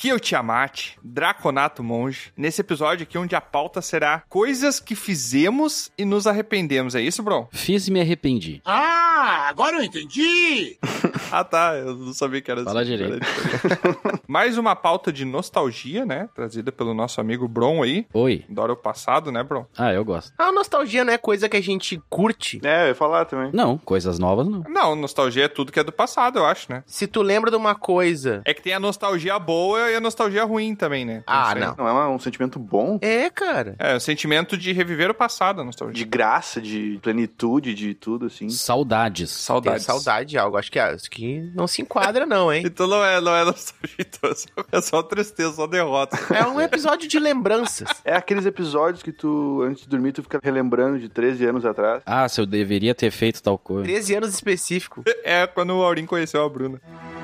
Aqui é o Tiamat, Draconato Monge. Nesse episódio aqui, onde a pauta será coisas que fizemos e nos arrependemos. É isso, Bron? Fiz e me arrependi. Ah, agora eu entendi! Ah, tá. Eu não sabia que era Fala assim. direito. Mais uma pauta de nostalgia, né? Trazida pelo nosso amigo Bron aí. Oi. Adora o passado, né, Bron? Ah, eu gosto. A nostalgia não é coisa que a gente curte. É, eu ia falar também. Não, coisas novas não. Não, nostalgia é tudo que é do passado, eu acho, né? Se tu lembra de uma coisa... É que tem a nostalgia boa e a nostalgia ruim também, né? Tem Ah, isso aí. não. Não é um sentimento bom? É, cara. É, o sentimento de reviver o passado, a nostalgia. De graça, de plenitude, de tudo, assim. Saudades. Ter Saudades. saudade de algo. Acho que não se enquadra, não, hein? Então não é nostalgia, então é só tristeza, só derrota. É um episódio de lembranças. É aqueles episódios que tu, antes de dormir, tu fica relembrando de 13 anos atrás. Ah, se eu deveria ter feito tal coisa. 13 anos específico. É quando o Aurim conheceu a Bruna.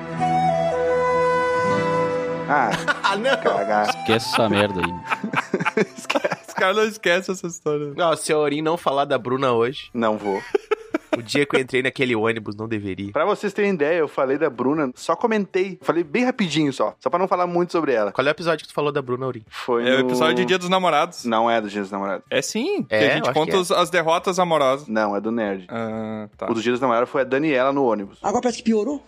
Ah, Ah, não! cagar. Esqueça essa merda aí. Os caras não esquecem essa história. Não, se a Aurim não falar da Bruna hoje, Não vou. o dia que eu entrei naquele ônibus, não deveria. Pra vocês terem ideia, eu falei da Bruna, só comentei. Falei bem rapidinho só pra não falar muito sobre ela. Qual é o episódio que tu falou da Bruna, Aurim? Foi É o no... episódio de Dia dos Namorados. Não é do Dia dos Namorados. É sim, que É, a eu gente acho conta que é. as derrotas amorosas. Não, é do Nerd. Ah, tá. O do Dia dos Namorados foi a Daniela no ônibus. Agora parece que piorou.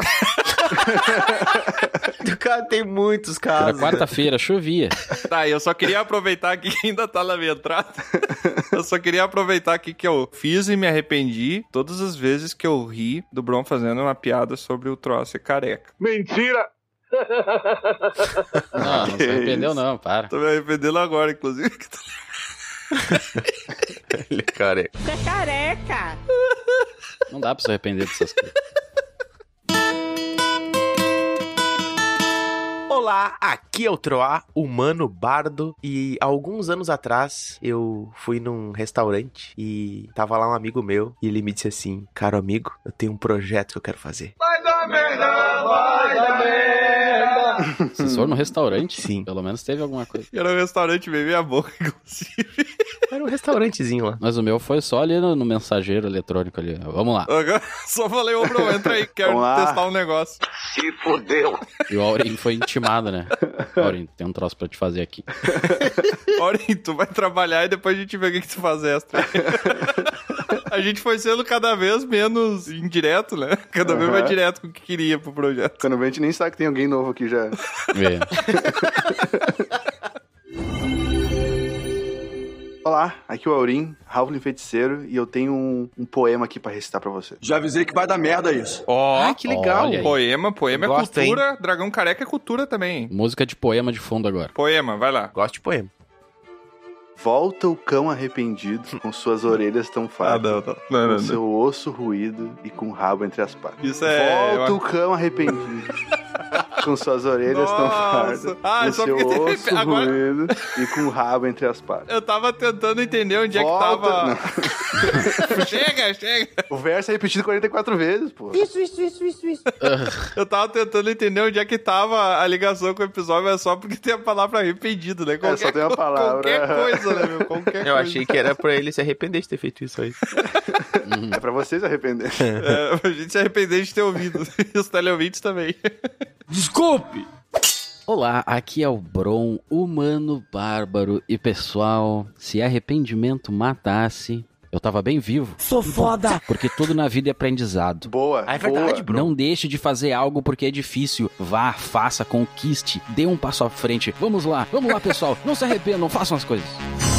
Cara, tem muitos Era casos. quarta-feira, chovia. Tá, eu só queria aproveitar aqui que ainda tá na minha entrada. Eu só queria aproveitar aqui que eu fiz e me arrependi todas as vezes que eu ri do Bron fazendo uma piada sobre o troço ser careca. Mentira! Não, não se arrependeu não, para. Tô me arrependendo agora, inclusive. Ele, cara. Não dá pra se arrepender dessas coisas. Olá, aqui é o Troá, humano bardo, e alguns anos atrás eu fui num restaurante e tava lá um amigo meu e ele me disse assim: caro amigo, eu tenho um projeto que eu quero fazer. Vocês foram no restaurante? Sim. Pelo menos teve alguma coisa. Era um restaurante bem meia boca, inclusive. Era um restaurantezinho lá. Mas o meu foi só ali no mensageiro eletrônico ali. Vamos lá. Agora, só falei, ô Bron, entra aí, quero Vamos lá. testar um negócio. E o Aurim foi intimado, né? Aurim, tem um troço pra te fazer aqui. Aurim, tu vai trabalhar e depois a gente vê o que tu faz extra. A gente foi sendo cada vez menos indireto, né? Cada vez mais direto com o que queria pro projeto. Quando vem, a gente nem sabe que tem alguém novo aqui já. Vê. Olá, aqui é o Aurim, Halfling Feiticeiro, e eu tenho um poema aqui pra recitar pra você. Já avisei que vai dar merda isso. Ó, Ah, que legal. olha aí. poema é Gosto, cultura, Dragão Careca é cultura também. Música de poema de fundo agora. Poema, vai lá. Gosto de poema. Volta o cão arrependido, com suas orelhas tão fartas, com seu osso ruído e com o rabo entre as patas. Isso é... Volta o cão arrependido, com suas orelhas tão fartas, Ah, com só seu porque tem- osso agora- ruído e com o rabo entre as patas. Eu tava tentando entender onde é que Volta- tava... Não. Chega. O verso é repetido 44 vezes, pô. Isso. Eu tava tentando entender onde é que tava a ligação com o episódio, mas só porque tem a palavra arrependido, né? só tem uma palavra. Qualquer coisa, né, meu? Qualquer Eu coisa. achei que era pra ele se arrepender de ter feito isso aí. É pra vocês arrepender. É, a gente se arrepender de ter ouvido. E os teleouvintes também. Desculpe. Olá, aqui é o Bron, humano bárbaro. E pessoal, se arrependimento matasse, eu tava bem vivo. Sou foda. Porque tudo na vida é aprendizado. Boa. Ah, é verdade, boa. bro. Não deixe de fazer algo porque é difícil. Vá, faça, conquiste, dê um passo à frente. Vamos lá, pessoal. Não se arrependam, façam as coisas.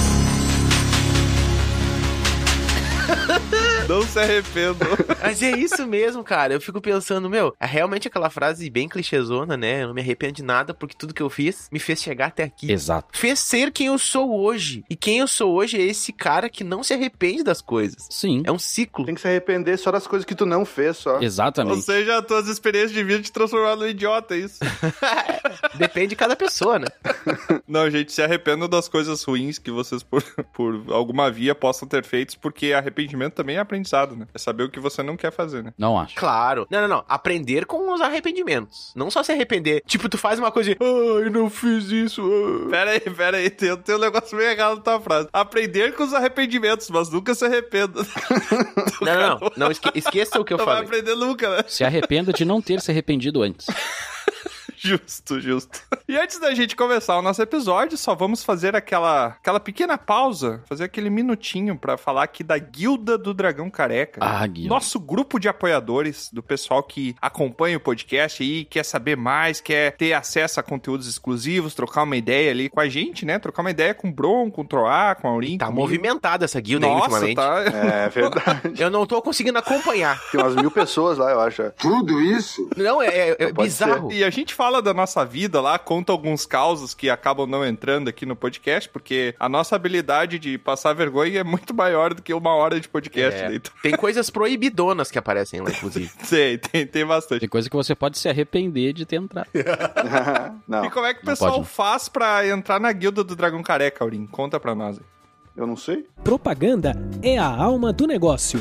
Não se arrependam. Mas é isso mesmo, cara. Eu fico pensando, meu, é realmente aquela frase bem clichêzona, né? Eu não me arrependo de nada porque tudo que eu fiz me fez chegar até aqui. Exato. Fez ser quem eu sou hoje. E quem eu sou hoje é esse cara que não se arrepende das coisas. Sim, É um ciclo. Tem que se arrepender só das coisas que tu não fez, só. Ou exatamente. seja, as tuas experiências de vida te transformaram no idiota, é isso. Depende de cada pessoa, né? Não, gente, se arrependam das coisas ruins que vocês, por alguma via, possam ter feito, porque arrependimento também é aprendizado, né? É saber o que você não quer fazer, né? Não acho. Claro. Não. Aprender com os arrependimentos. Não só se arrepender. Tipo, tu faz uma coisa e... Ai, não fiz isso. Pera aí, tem um negócio meio errado na tua frase. Aprender com os arrependimentos, mas nunca se arrependa. Não, esqueça o que eu Não vai falei. aprender nunca, né? Se arrependa de não ter se arrependido antes. Justo. E antes da gente começar o nosso episódio, só vamos fazer aquela pequena pausa, fazer aquele minutinho pra falar aqui da Guilda do Dragão Careca. Guilda. Nosso grupo de apoiadores, do pessoal que acompanha o podcast aí, quer saber mais, quer ter acesso a conteúdos exclusivos, trocar uma ideia ali com a gente, né? Trocar uma ideia com o Bron, com o Troá, com a Aurim. Tá movimentada essa guilda aí Nossa, ultimamente. tá... É verdade. Eu não tô conseguindo acompanhar. Tem umas 1000 pessoas lá, eu acho. Tudo isso? Não, é Pode bizarro. E a gente fala da nossa vida lá, conta alguns causos que acabam não entrando aqui no podcast, porque a nossa habilidade de passar vergonha é muito maior do que 1 hora de podcast. É. Né? Então... Tem coisas proibidonas que aparecem lá, inclusive. Tem bastante. Tem coisa que você pode se arrepender de ter entrado. Não, E como é que o Não pessoal pode. faz pra entrar na Guilda do Dragão Careca, Aurim? Conta pra nós aí. eu não sei. Propaganda é a alma do negócio.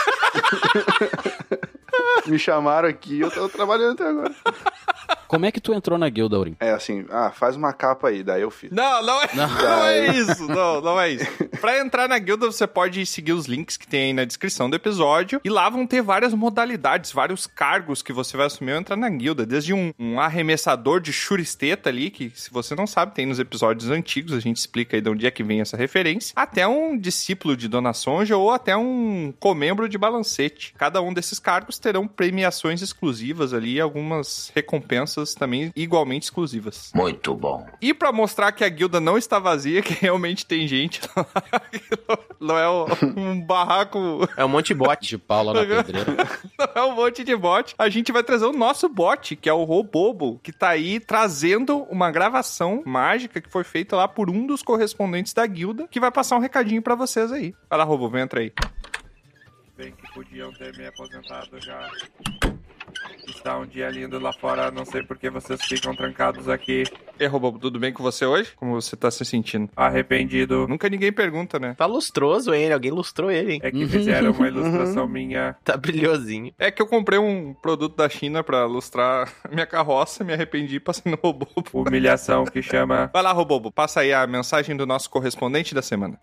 Me chamaram aqui e eu tô trabalhando até agora. Como é que tu entrou na guilda, Aurim? É assim, faz uma capa aí, daí eu fiz. Não é isso. Não é isso. Pra entrar na guilda, você pode seguir os links que tem aí na descrição do episódio. E lá vão ter várias modalidades, vários cargos que você vai assumir ao entrar na guilda. Desde um arremessador de churisteta ali, que se você não sabe, tem nos episódios antigos, a gente explica aí de onde é que vem essa referência. Até um discípulo de Dona Sonja ou até um comembro de balancete. Cada um desses cargos terão premiações exclusivas ali, algumas recompensas também igualmente exclusivas. Muito bom. E pra mostrar que a guilda não está vazia, que realmente tem gente lá, não é um barraco, É um monte de bote de pau lá na pedreira. não é um monte de bot, a gente vai trazer o nosso bot, que é o Robobo, que tá aí trazendo uma gravação mágica que foi feita lá por um dos correspondentes da guilda, que vai passar um recadinho pra vocês aí. Vai lá, Robobo, entra aí. Bem que podiam ter me aposentado já. Está um dia lindo lá fora, não sei por que vocês ficam trancados aqui. E Robobo, tudo bem com você hoje? Como você tá se sentindo? Arrependido. Nunca ninguém pergunta, né? Tá lustroso ele, alguém lustrou ele, hein? É que fizeram uma ilustração minha. Tá brilhosinho. É que eu comprei um produto da China pra ilustrar a minha carroça, me arrependi e passei no Robobo. Humilhação que chama. Vai lá, Robobo, passa aí a mensagem do nosso correspondente da semana.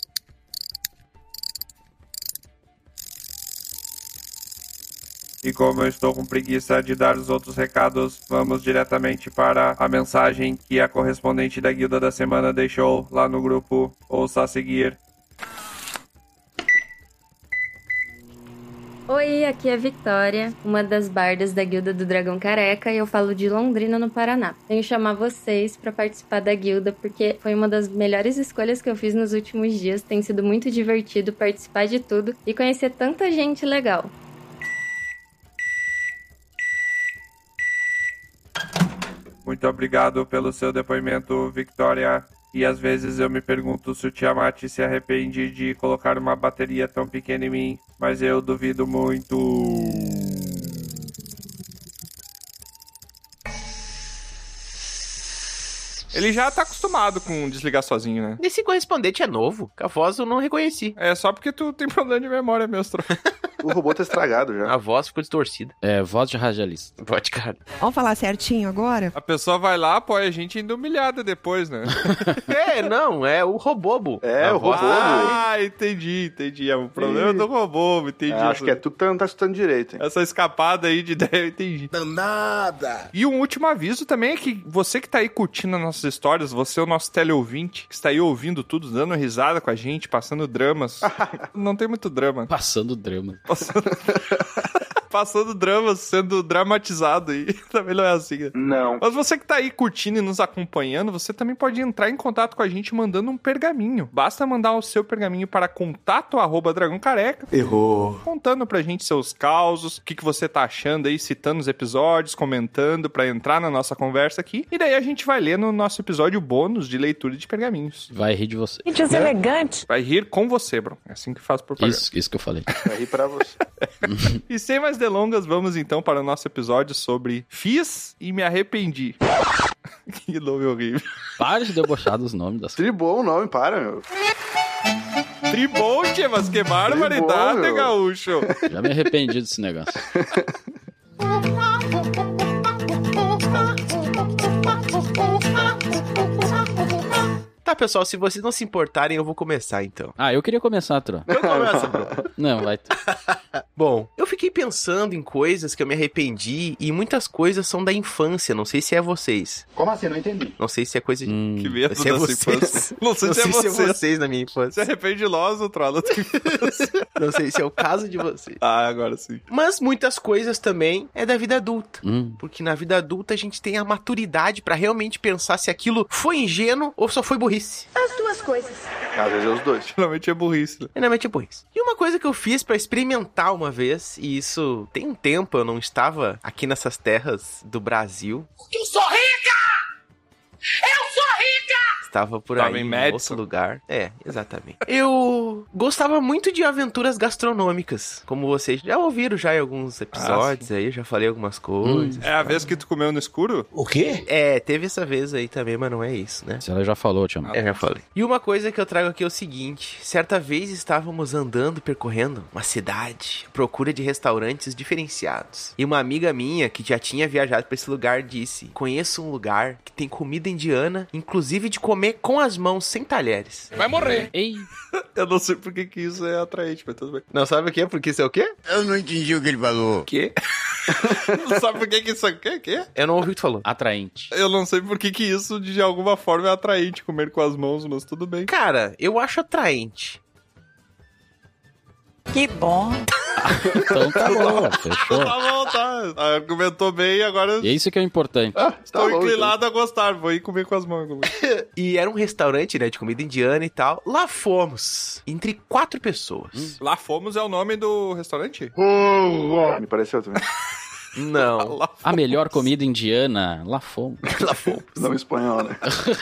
E como eu estou com preguiça de dar os outros recados, vamos diretamente para a mensagem que a correspondente da Guilda da Semana deixou lá no grupo. Ouça a seguir. Oi, aqui é a Vitória, uma das bardas da Guilda do Dragão Careca, e eu falo de Londrina, no Paraná. Venho chamar vocês para participar da guilda porque foi uma das melhores escolhas que eu fiz nos últimos dias. Tem sido muito divertido participar de tudo e conhecer tanta gente legal. Muito obrigado pelo seu depoimento, Victoria. E às vezes eu me pergunto se o Tiamat se arrepende de colocar uma bateria tão pequena em mim, mas eu duvido muito. Ele já tá acostumado com desligar sozinho, né? Esse correspondente é novo, que a voz eu não reconheci. É só porque tu tem problema de memória mesmo. O robô tá estragado já. A voz ficou distorcida. É, voz de radialista. Pode, cara. Vamos falar certinho agora? A pessoa vai lá, apoia a gente ainda humilhada depois, né? Não, é o Robobo. É, o robô. Ah, entendi. É o problema do robô, entendi. Acho que é tu que não tá escutando direito, hein? Essa escapada aí de ideia eu entendi. Danada. E um último aviso também é que você que tá aí curtindo as nossas histórias, você é o nosso teleouvinte, que está aí ouvindo tudo, dando risada com a gente, passando dramas. Não tem muito drama. Passando drama. Passando dramas, sendo dramatizado aí. Também não é assim, né? Não. Mas você que tá aí curtindo e nos acompanhando, você também pode entrar em contato com a gente mandando um pergaminho. Basta mandar o seu pergaminho para contato@dragãocareca. Errou. Contando pra gente seus causos, o que você tá achando aí, citando os episódios, comentando pra entrar na nossa conversa aqui. E daí a gente vai ler no nosso episódio bônus de leitura de pergaminhos. Vai rir de você. Que deselegante. Vai rir com você, bro. É assim que faz propaganda. Isso que eu falei. Vai rir pra você. E sem mais delongas, vamos então para o nosso episódio sobre Fiz e me arrependi. Que nome horrível. Para de debochar dos nomes das Tribom o nome, para, meu. Tribom, tchê, mas que barbaridade, meu. gaúcho. Já me arrependi desse negócio. Tá, pessoal, se vocês não se importarem, eu vou começar, então. Eu queria começar, Tro. Eu começo, bro. Não, vai tu. Bom, eu fiquei pensando em coisas que eu me arrependi e muitas coisas são da infância. Não sei se é vocês. Como assim? Não entendi. Não sei se é coisa de... Que medo se é dessa vocês. infância. Não sei se é se é vocês. vocês na minha infância. Se arrepende de nós, o troll da tua infância. Não sei se é o caso de vocês. Ah, agora sim. Mas muitas coisas também é da vida adulta. Porque na vida adulta a gente tem a maturidade pra realmente pensar se aquilo foi ingênuo ou só foi burrice. As duas coisas. Às vezes é os dois. Geralmente é burrice, né? Geralmente é burrice. E uma coisa que eu fiz pra experimentar uma vez, e isso tem um tempo, eu não estava aqui nessas terras do Brasil. Porque eu sou rica! Eu sou rica! Estava por Tava aí em em Madison. outro lugar. É, exatamente. Eu gostava muito de aventuras gastronômicas. Como vocês já ouviram já em alguns episódios aí, eu já falei algumas coisas. É a vez que tu comeu no escuro? O quê? É, teve essa vez aí também, mas não é isso, né? Se ela já falou, Tiamat. Eu já falei. E uma coisa que eu trago aqui é o seguinte. Certa vez estávamos andando, percorrendo uma cidade, à procura de restaurantes diferenciados. E uma amiga minha, que já tinha viajado para esse lugar, disse: conheço um lugar que tem comida indiana, inclusive de comer com as mãos, sem talheres. Vai morrer. Ei, Eu não sei por que isso é atraente, mas tudo bem. Não sabe o que é? Porque isso é o quê? Eu não entendi o que ele falou. O quê? Não sabe por que isso é o quê? Quê? Eu não ouvi o que tu falou. atraente. Eu não sei por que isso de alguma forma é atraente, comer com as mãos, mas tudo bem. Cara, eu acho atraente. Que bom. Então tá bom, fechou. Tá bom, tá. Argumentou bem e agora E é isso que é o importante. estou bom, inclinado a gostar. Vou ir comer com as mãos. E era um restaurante, né, de comida indiana e tal. Lá fomos, entre 4 pessoas. Lá Fomos é o nome do restaurante? Me pareceu também. Não, Lá A melhor comida indiana, lá fomos. lá fomos. Não espanhol, né?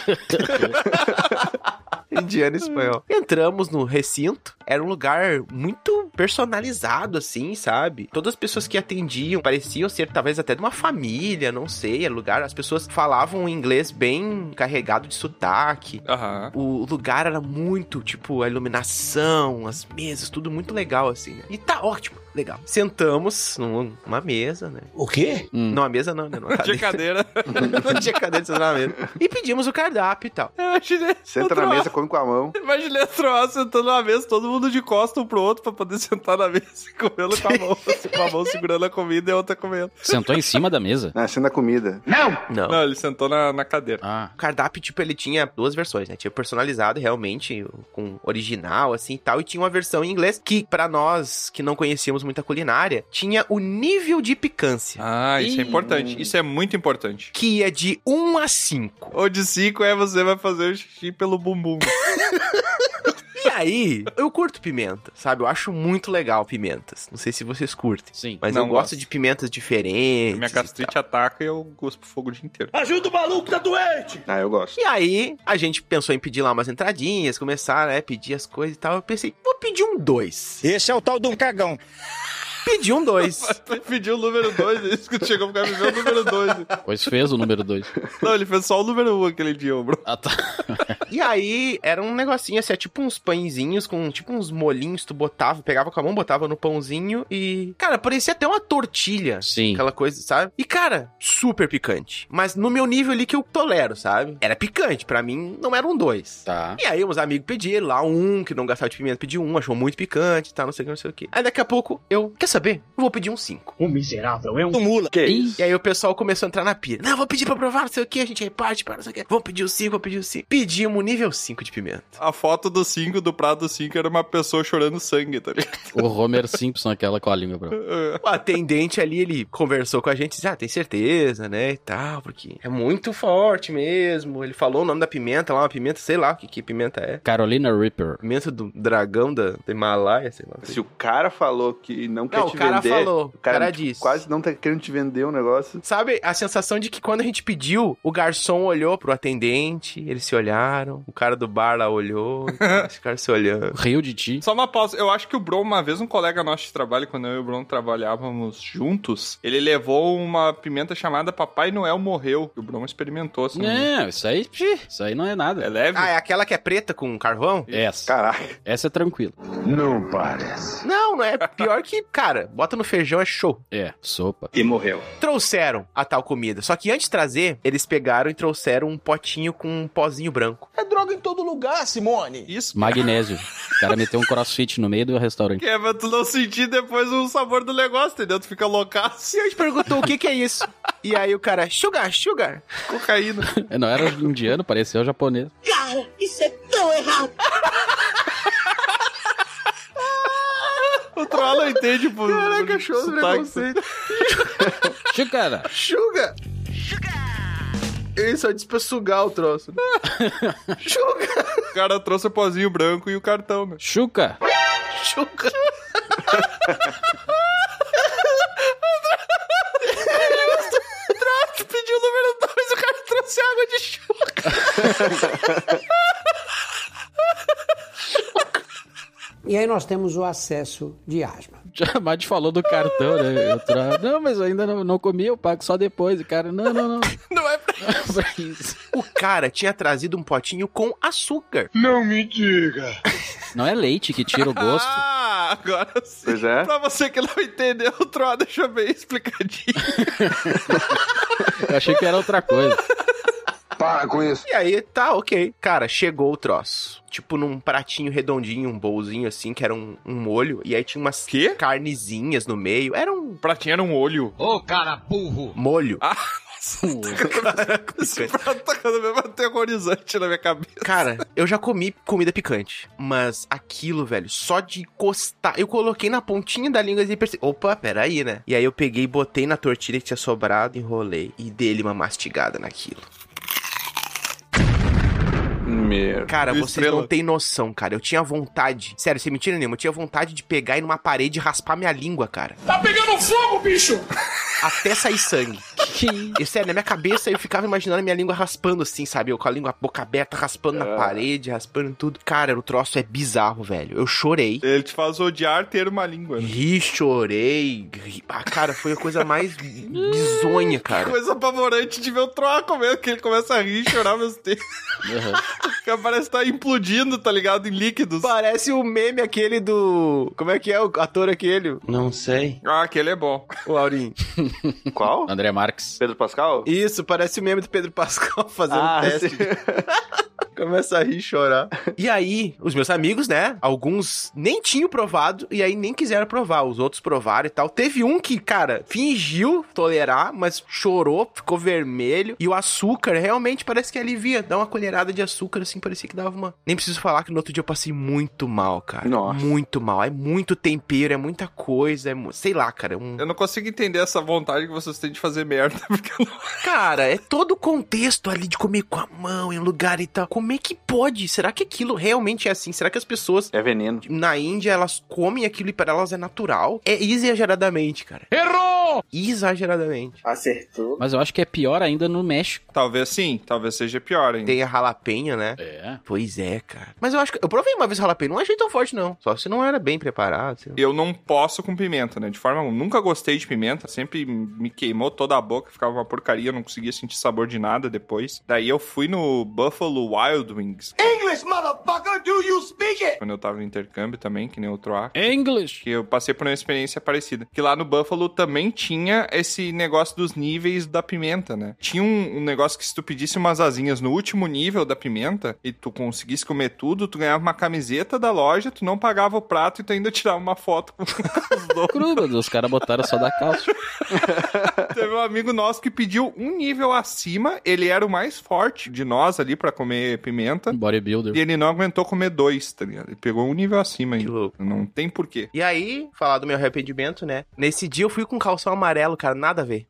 Indiano e espanhol. Entramos no recinto. Era um lugar muito personalizado, assim, sabe? Todas as pessoas que atendiam pareciam ser talvez até de uma família, não sei. Era lugar, as pessoas falavam um inglês bem carregado de sotaque. Aham. O lugar era muito, tipo, a iluminação, as mesas, tudo muito legal, assim, né? E tá ótimo, legal. Sentamos numa mesa, né? O quê? Numa mesa não, né? Numa De cadeira. cadeira. Não tinha cadeira, sentamos na mesa. E pedimos o cardápio e tal. Eu imaginei. Senta na mesa, come com a mão. Imaginei o Troá sentando na mesa, todo mundo de costas um pro outro pra poder sentar na mesa e comendo com a mão. Assim, com a mão segurando a comida e a outra comendo. Sentou em cima da mesa? Na cena da comida. Não! Não. Não, ele sentou na cadeira. Ah, O cardápio, tipo, ele tinha 2 versões, né? Tinha personalizado, realmente, com original, assim, e tal. E tinha uma versão em inglês que, pra nós que não conhecíamos muita culinária, tinha o nível de picância. Ah, isso é importante. Isso é muito importante. Que ia de 1 a 5. O de 5 é você vai fazer o xixi pelo bumbum. E aí, eu curto pimenta, sabe? Eu acho muito legal pimentas. Não sei se vocês curtem. sim. Mas Não eu gosto gosto. de pimentas diferentes. Minha e gastrite tal. ataca e eu cuspo fogo o dia inteiro. Ajuda o maluco, tá doente! Ah, eu gosto. E aí, a gente pensou em pedir lá umas entradinhas, começar, né? Pedir as coisas e tal. Eu pensei, vou pedir um 2. Esse é o tal de um cagão. Pedi um 2. Ele pediu o número 2, é isso que chegou pro cara me ver o número 2. Pois fez o número 2. Não, ele fez só o número 1 aquele dia, bro. Ah, tá. E aí, era um negocinho assim, é tipo uns pãezinhos com tipo uns molhinhos, tu botava, pegava com a mão, botava no pãozinho e... Cara, parecia até uma tortilha. Sim. Aquela coisa, sabe? E, cara, super picante. Mas no meu nível ali que eu tolero, sabe? Era picante, pra mim não era um 2. Tá. E aí, uns amigos pediram lá um, que não gastava de pimenta, pediu um, achou muito picante e tal, não sei o que, não sei o que. Aí daqui a pouco, quer saber? Eu vou pedir um 5. O miserável é um mula. Que Ih, isso? E aí o pessoal começou a entrar na pira. Não, vou pedir pra provar, não sei o que, a gente reparte, para não sei o que. Vamos pedir o 5, vou pedir o 5. Pedimos nível 5 de pimenta. A foto do 5, do prato do 5, era uma pessoa chorando sangue, tá ligado? o Homer Simpson, aquela com a língua, bro. O atendente ali, ele conversou com a gente, disse, tem certeza, né, e tal, porque é muito forte mesmo. Ele falou o nome da pimenta lá, uma pimenta, sei lá o que pimenta é. Carolina Reaper. Pimenta do dragão da Himalaia, sei lá. Se o cara falou que não quer Não, te o cara vender... falou, O cara disse. quase não tá querendo te vender um negócio. Sabe a sensação de que quando a gente pediu, o garçom olhou pro atendente, eles se olharam, o cara do bar lá olhou, esse cara se olhando. Riu de ti. Só uma pausa, eu acho que o Bron, uma vez um colega nosso de trabalho, quando eu e o Bron trabalhávamos juntos, ele levou uma pimenta chamada Papai Noel Morreu, que o Bron experimentou, assim. Não, isso aí não é nada. É leve? Ah, é aquela que é preta com carvão? Essa. Caraca. Essa é tranquila. Não parece. Não é pior que, cara, cara, bota no feijão, é show. É, sopa. E morreu. Trouxeram a tal comida. Só que antes de trazer, eles pegaram e trouxeram um potinho com um pozinho branco. É droga em todo lugar, Simone. Isso. Magnésio. O cara meteu um crossfit no meio do restaurante. Que é pra tu não sentir depois o sabor do negócio, entendeu? Tu fica loucaço. E a gente perguntou o que é isso. E aí o cara, sugar. Cocaína. Não era indiano, parecia japonês. Cara, isso é tão errado. O troll não entende, pô. Caraca, show do preconceito. Chucara. Sugar. Ele só disse pra sugar o troço. Sugar. O cara trouxe o pozinho branco e o cartão, né? Chuca. Tu pediu o número 2, o cara trouxe água de chuca. E aí nós temos o acesso de asma. Jamais falou do cartão, né? Não, mas eu ainda não comi, eu pago só depois. O cara, não. Não é pra isso. O cara tinha trazido um potinho com açúcar. Não me diga. Não é leite que tira o gosto. Ah, agora sim. Pois é. Pra você que não entendeu, o Troll deixou bem explicadinho. Eu achei que era outra coisa. Para com isso. E aí, tá, ok. Cara, chegou o troço. Tipo num pratinho redondinho, um bolzinho assim, que era um molho. E aí tinha umas carnezinhas no meio. Era um... Pratinho era um olho. Ô, cara burro. Molho. Ah, esse prato tá cada vez mais aterrorizante na minha cabeça. Cara, eu já comi comida picante. Mas aquilo, velho, só de encostar... Eu coloquei na pontinha da língua e pensei... Opa, peraí, né? E aí eu peguei, botei na tortilha que tinha sobrado, enrolei. E dei-lhe uma mastigada naquilo. Cara, vocês não têm noção, cara. Eu tinha vontade... Sério, sem mentira nenhuma. Eu tinha vontade de pegar e ir numa parede e raspar minha língua, cara. Tá pegando fogo, bicho! Até sair sangue. E sério, na minha cabeça eu ficava imaginando minha língua raspando assim, sabe? Eu com a língua, a boca aberta, raspando na parede, raspando tudo. Cara, o troço é bizarro, velho. Eu chorei. Ele te faz odiar ter uma língua. Né? Chorei. Ah, cara, foi a coisa mais bizonha, cara. Coisa apavorante de ver o Troll comendo, que ele começa a rir e chorar ao mesmo tempo. O cara parece estar implodindo, tá ligado? Em líquidos. Parece o meme aquele do... Como é que é o ator aquele? Não sei. Ah, aquele é bom. O Aurim. Qual? André Marques. Pedro Pascal? Isso, parece o meme do Pedro Pascal fazendo teste. Começa a rir e chorar. E aí, os meus amigos, né? Alguns nem tinham provado e aí nem quiseram provar. Os outros provaram e tal. Teve um que, cara, fingiu tolerar, mas chorou, ficou vermelho. E o açúcar realmente parece que alivia. Dá uma colherada de açúcar, assim, parecia que dava uma... Nem preciso falar que no outro dia eu passei muito mal, cara. Nossa. Muito mal. É muito tempero, é muita coisa, sei lá, cara. Eu não consigo entender essa vontade que vocês têm de fazer merda. Porque eu não... Cara, é todo o contexto ali de comer com a mão em um lugar e tal. Como é que pode? Será que aquilo realmente é assim? Será que as pessoas... É veneno. Na Índia, elas comem aquilo e para elas é natural? É exageradamente, cara. Errou! Exageradamente. Acertou. Mas eu acho que é pior ainda no México. Talvez sim, talvez seja pior ainda. Tem a jalapenha, né? É. Pois é, cara. Mas eu acho que... Eu provei uma vez jalapenha, não achei tão forte, não. Só se não era bem preparado. Sei lá. Eu não posso com pimenta, né? De forma alguma. Nunca gostei de pimenta. Sempre me queimou toda a boca. Ficava uma porcaria. Não conseguia sentir sabor de nada depois. Daí eu fui no Buffalo Wild Wings. English, motherfucker, do you speak it? Quando eu tava no intercâmbio também, que nem o Troá. English! Que eu passei por uma experiência parecida. Que lá no Buffalo também tinha esse negócio dos níveis da pimenta, né? Tinha um negócio que se tu pedisse umas asinhas no último nível da pimenta e tu conseguisse comer tudo, tu ganhava uma camiseta da loja, tu não pagava o prato e tu ainda tirava uma foto com os donos. Cruba, os caras botaram só da calça. Teve um amigo nosso que pediu um nível acima, ele era o mais forte de nós ali pra comer pimenta. Bodybuilder. E ele não aguentou comer 2, tá ligado? Ele pegou um nível acima ainda. Que louco. Não tem porquê. E aí, falar do meu arrependimento, né? Nesse dia eu fui com calção amarelo, cara, nada a ver.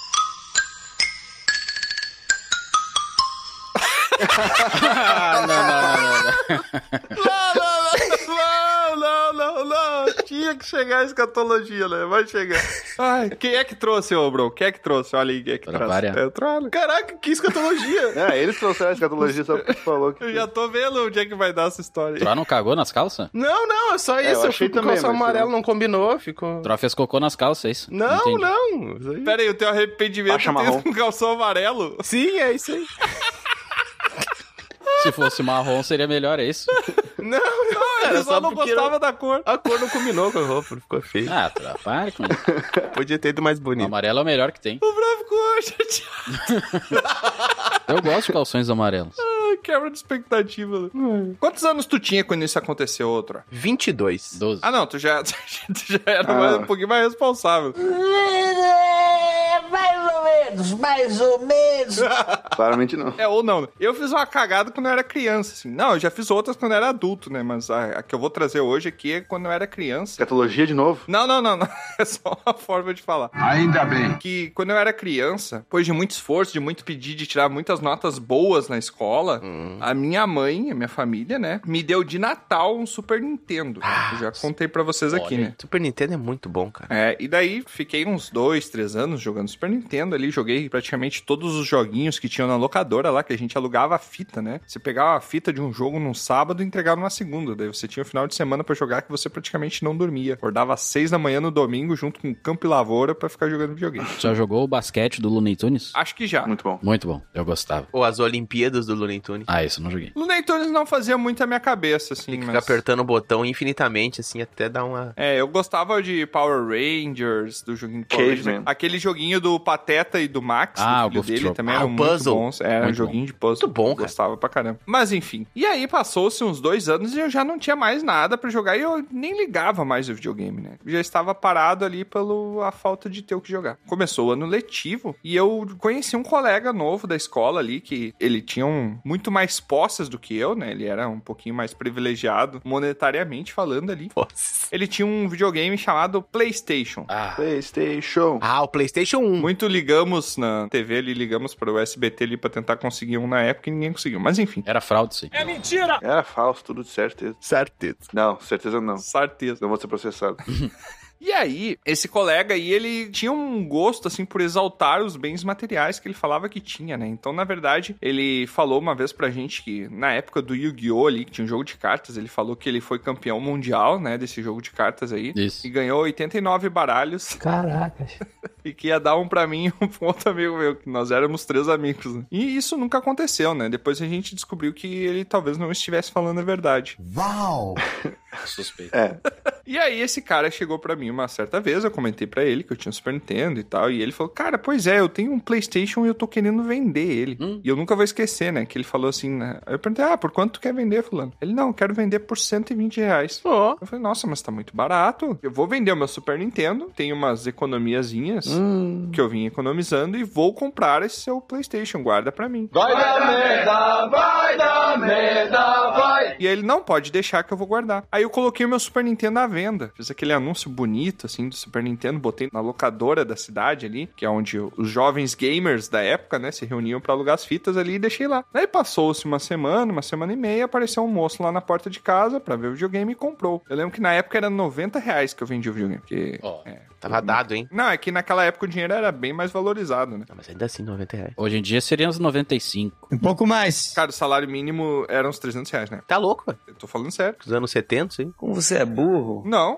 Não. Tinha que chegar a escatologia, né? Vai chegar. Ai, quem é que trouxe, ô, bro? Quem é que trouxe? Olha aí, quem é que trouxe? É o Troll. Caraca, que escatologia! Eles trouxeram a escatologia só porque tu falou que... Eu já tô vendo onde é que vai dar essa história aí. Troá não cagou nas calças? Não, é só isso. eu Eu fui achei com também, calção mas amarelo, não. não combinou, ficou... Troá fez cocô nas calças, é isso? Não. Isso aí. Pera aí, o teu arrependimento Faixa marrom. tem um calção amarelo? Sim, é isso aí. Se fosse marrom, seria melhor, é isso? Não, ele só não gostava da cor. A cor não combinou com a roupa, ficou feio. Ah, para com isso. Podia ter ido mais O bonito. amarelo é o melhor que tem. O Bruno ficou chateado. Eu gosto de calções amarelos. Quebra de expectativa. Quantos anos tu tinha quando isso aconteceu, outra? 22. 12. Ah, não, tu já era um pouquinho mais responsável. Mais ou menos. Claramente não. Ou não. Eu fiz uma cagada quando eu era criança, assim. Não, eu já fiz outras quando eu era adulto, né? Mas a que eu vou trazer hoje aqui é quando eu era criança. Catologia de novo? Não. É só uma forma de falar. Ainda bem. Que quando eu era criança, depois de muito esforço, de muito pedir, de tirar muitas notas boas na escola, a minha mãe, a minha família, né, me deu de Natal um Super Nintendo. Eu já contei pra vocês aqui, né? Super Nintendo é muito bom, cara. E daí fiquei uns 2, 3 anos jogando Super Nintendo ali, joguei praticamente todos os joguinhos que tinham na locadora lá, que a gente alugava a fita, né? Você pegava a fita de um jogo num sábado e entregava numa segunda, daí você tinha o final de semana pra jogar que você praticamente não dormia. Acordava às 6 da manhã no domingo, junto com Campo e Lavoura, pra ficar jogando videogame. Já jogou o basquete do Looney Tunes? Acho que já. Muito bom. Muito bom, eu gostava. Ou as Olimpíadas do Looney Tunes. Ah, isso eu não joguei. Looney Tunes não fazia muito a minha cabeça, assim, Fica apertando o botão infinitamente, assim, até dar uma... Eu gostava de Power Rangers, do joguinho de Power Rangers. Aquele joguinho do Pateta e do Max, do filho dele, também era muito bons. Era um joguinho de puzzle. Muito bom, cara. Gostava pra caramba. Mas enfim. E aí passou-se uns 2 anos e eu já não tinha mais nada pra jogar e eu nem ligava mais o videogame, né? Já estava parado ali pela falta de ter o que jogar. Começou o ano letivo e eu conheci um colega novo da escola ali que ele tinha muito mais posses do que eu, né? Ele era um pouquinho mais privilegiado monetariamente falando ali. Posses. Ele tinha um videogame chamado PlayStation. PlayStation. O PlayStation 1. Muito ligamos na TV ali, ligamos para o SBT ali pra tentar conseguir um na época e ninguém conseguiu. Mas enfim. Era fraude, sim. É mentira! Era falso, tudo de certeza. Certeza. Não, certeza não. Certeza. Não vou ser processado. E aí, esse colega aí, ele tinha um gosto, assim, por exaltar os bens materiais que ele falava que tinha, né? Então, na verdade, ele falou uma vez pra gente que, na época do Yu-Gi-Oh! Ali, que tinha um jogo de cartas, ele falou que ele foi campeão mundial, né, desse jogo de cartas aí. Isso. E ganhou 89 baralhos. Caracas. E que ia dar um pra mim e um pra outro amigo meu, que nós éramos 3 amigos, né? E isso nunca aconteceu, né? Depois a gente descobriu que ele talvez não estivesse falando a verdade. Uau! Suspeito. E aí esse cara chegou pra mim uma certa vez, eu comentei pra ele que eu tinha um Super Nintendo e tal, e ele falou, cara, pois é, eu tenho um PlayStation e eu tô querendo vender ele. E eu nunca vou esquecer, né, que ele falou assim, né, aí eu perguntei, por quanto tu quer vender, fulano? Ele, não, eu quero vender por R$120. Eu falei, nossa, mas tá muito barato. Eu vou vender o meu Super Nintendo, tenho umas economiazinhas que eu vim economizando e vou comprar esse seu PlayStation, guarda pra mim. Vai dar merda, vai dar merda, vai. E aí ele, não, pode deixar que eu vou guardar. Aí eu coloquei o meu Super Nintendo à venda. Fiz aquele anúncio bonito, assim, do Super Nintendo. Botei na locadora da cidade ali, que é onde os jovens gamers da época, né, se reuniam pra alugar as fitas ali e deixei lá. Aí passou-se uma semana e meia, apareceu um moço lá na porta de casa pra ver o videogame e comprou. Eu lembro que na época era R$90 que eu vendi o videogame. Porque, tava dado, hein? Não, é que naquela época o dinheiro era bem mais valorizado, né? Mas ainda assim, R$90. Hoje em dia seria uns 95. Um pouco mais. Cara, o salário mínimo era uns R$300, né? Tá louco, velho. Eu tô falando sério. Os anos 70, sim. Como você é burro? Não.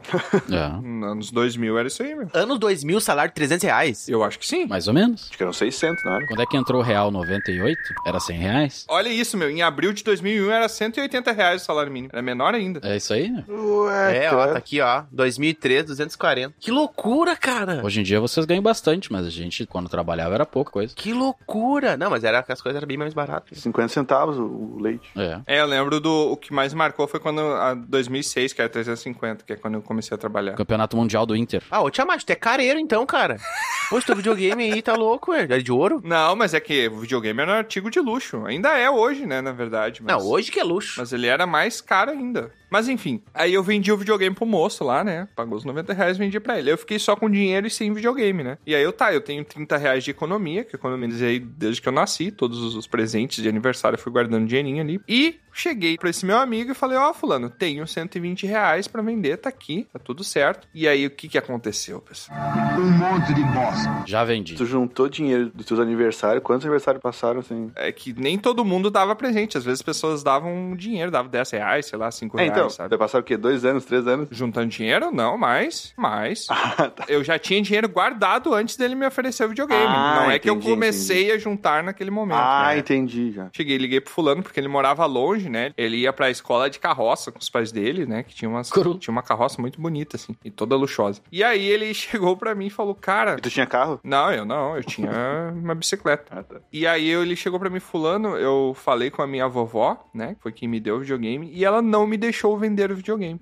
É. Anos 2000 era isso aí, meu. Anos 2000, salário de R$300? Eu acho que sim. Mais ou menos. Acho que eram 600, não era? Quando é que entrou o real 98? Era R$100? Olha isso, meu. Em abril de 2001 era R$180 o salário mínimo. Era menor ainda. É isso aí, né? Ué, Tá aqui, ó. 2003, 240. Que loucura, cara. Hoje em dia vocês ganham bastante, mas a gente, quando trabalhava, era pouca coisa. Que loucura. Não, mas as coisas eram bem mais baratas. 50 centavos o leite. Eu lembro o que mais marcou foi quando, a 2006, que era 350, que é quando eu comecei a trabalhar. Campeonato Mundial do Inter. Ô Tiamat, tu é careiro então, cara. Poxa, teu videogame aí tá louco, velho. É de ouro? Não, mas é que o videogame era um artigo de luxo. Ainda é hoje, né, na verdade. Mas... Não, hoje que é luxo. Mas ele era mais caro ainda. Mas enfim, aí eu vendi o videogame pro moço lá, né? Pagou os R$90 e vendi pra ele. Eu fiquei só com dinheiro e sem videogame, né? E aí eu tenho R$30 de economia, que eu economizei desde que eu nasci. Todos os presentes de aniversário eu fui guardando dinheirinho ali. E cheguei pra esse meu amigo e falei, fulano, tenho R$120 pra vender, tá aqui, tá tudo certo. E aí o que aconteceu, pessoal? Um monte de bosta. Já vendi. Tu juntou dinheiro dos teus aniversários, quantos aniversários passaram, assim? É que nem todo mundo dava presente. Às vezes as pessoas davam dinheiro, davam R$10, sei lá, R$5. Então, dinheiro, sabe? Vai passar o quê? 2 anos, 3 anos? Juntando dinheiro? Não, mais. Tá. Eu já tinha dinheiro guardado antes dele me oferecer o videogame. Não é que eu comecei a juntar naquele momento. Entendi já. Cheguei, liguei pro fulano, porque ele morava longe, né? Ele ia pra escola de carroça com os pais dele, né? Que tinha uma carroça muito bonita, assim, e toda luxuosa. E aí ele chegou pra mim e falou, cara... E tu tinha carro? Não, eu tinha uma bicicleta. Tá. E aí ele chegou pra mim, fulano, eu falei com a minha vovó, né? Que foi quem me deu o videogame, e ela não me deixou vender o videogame.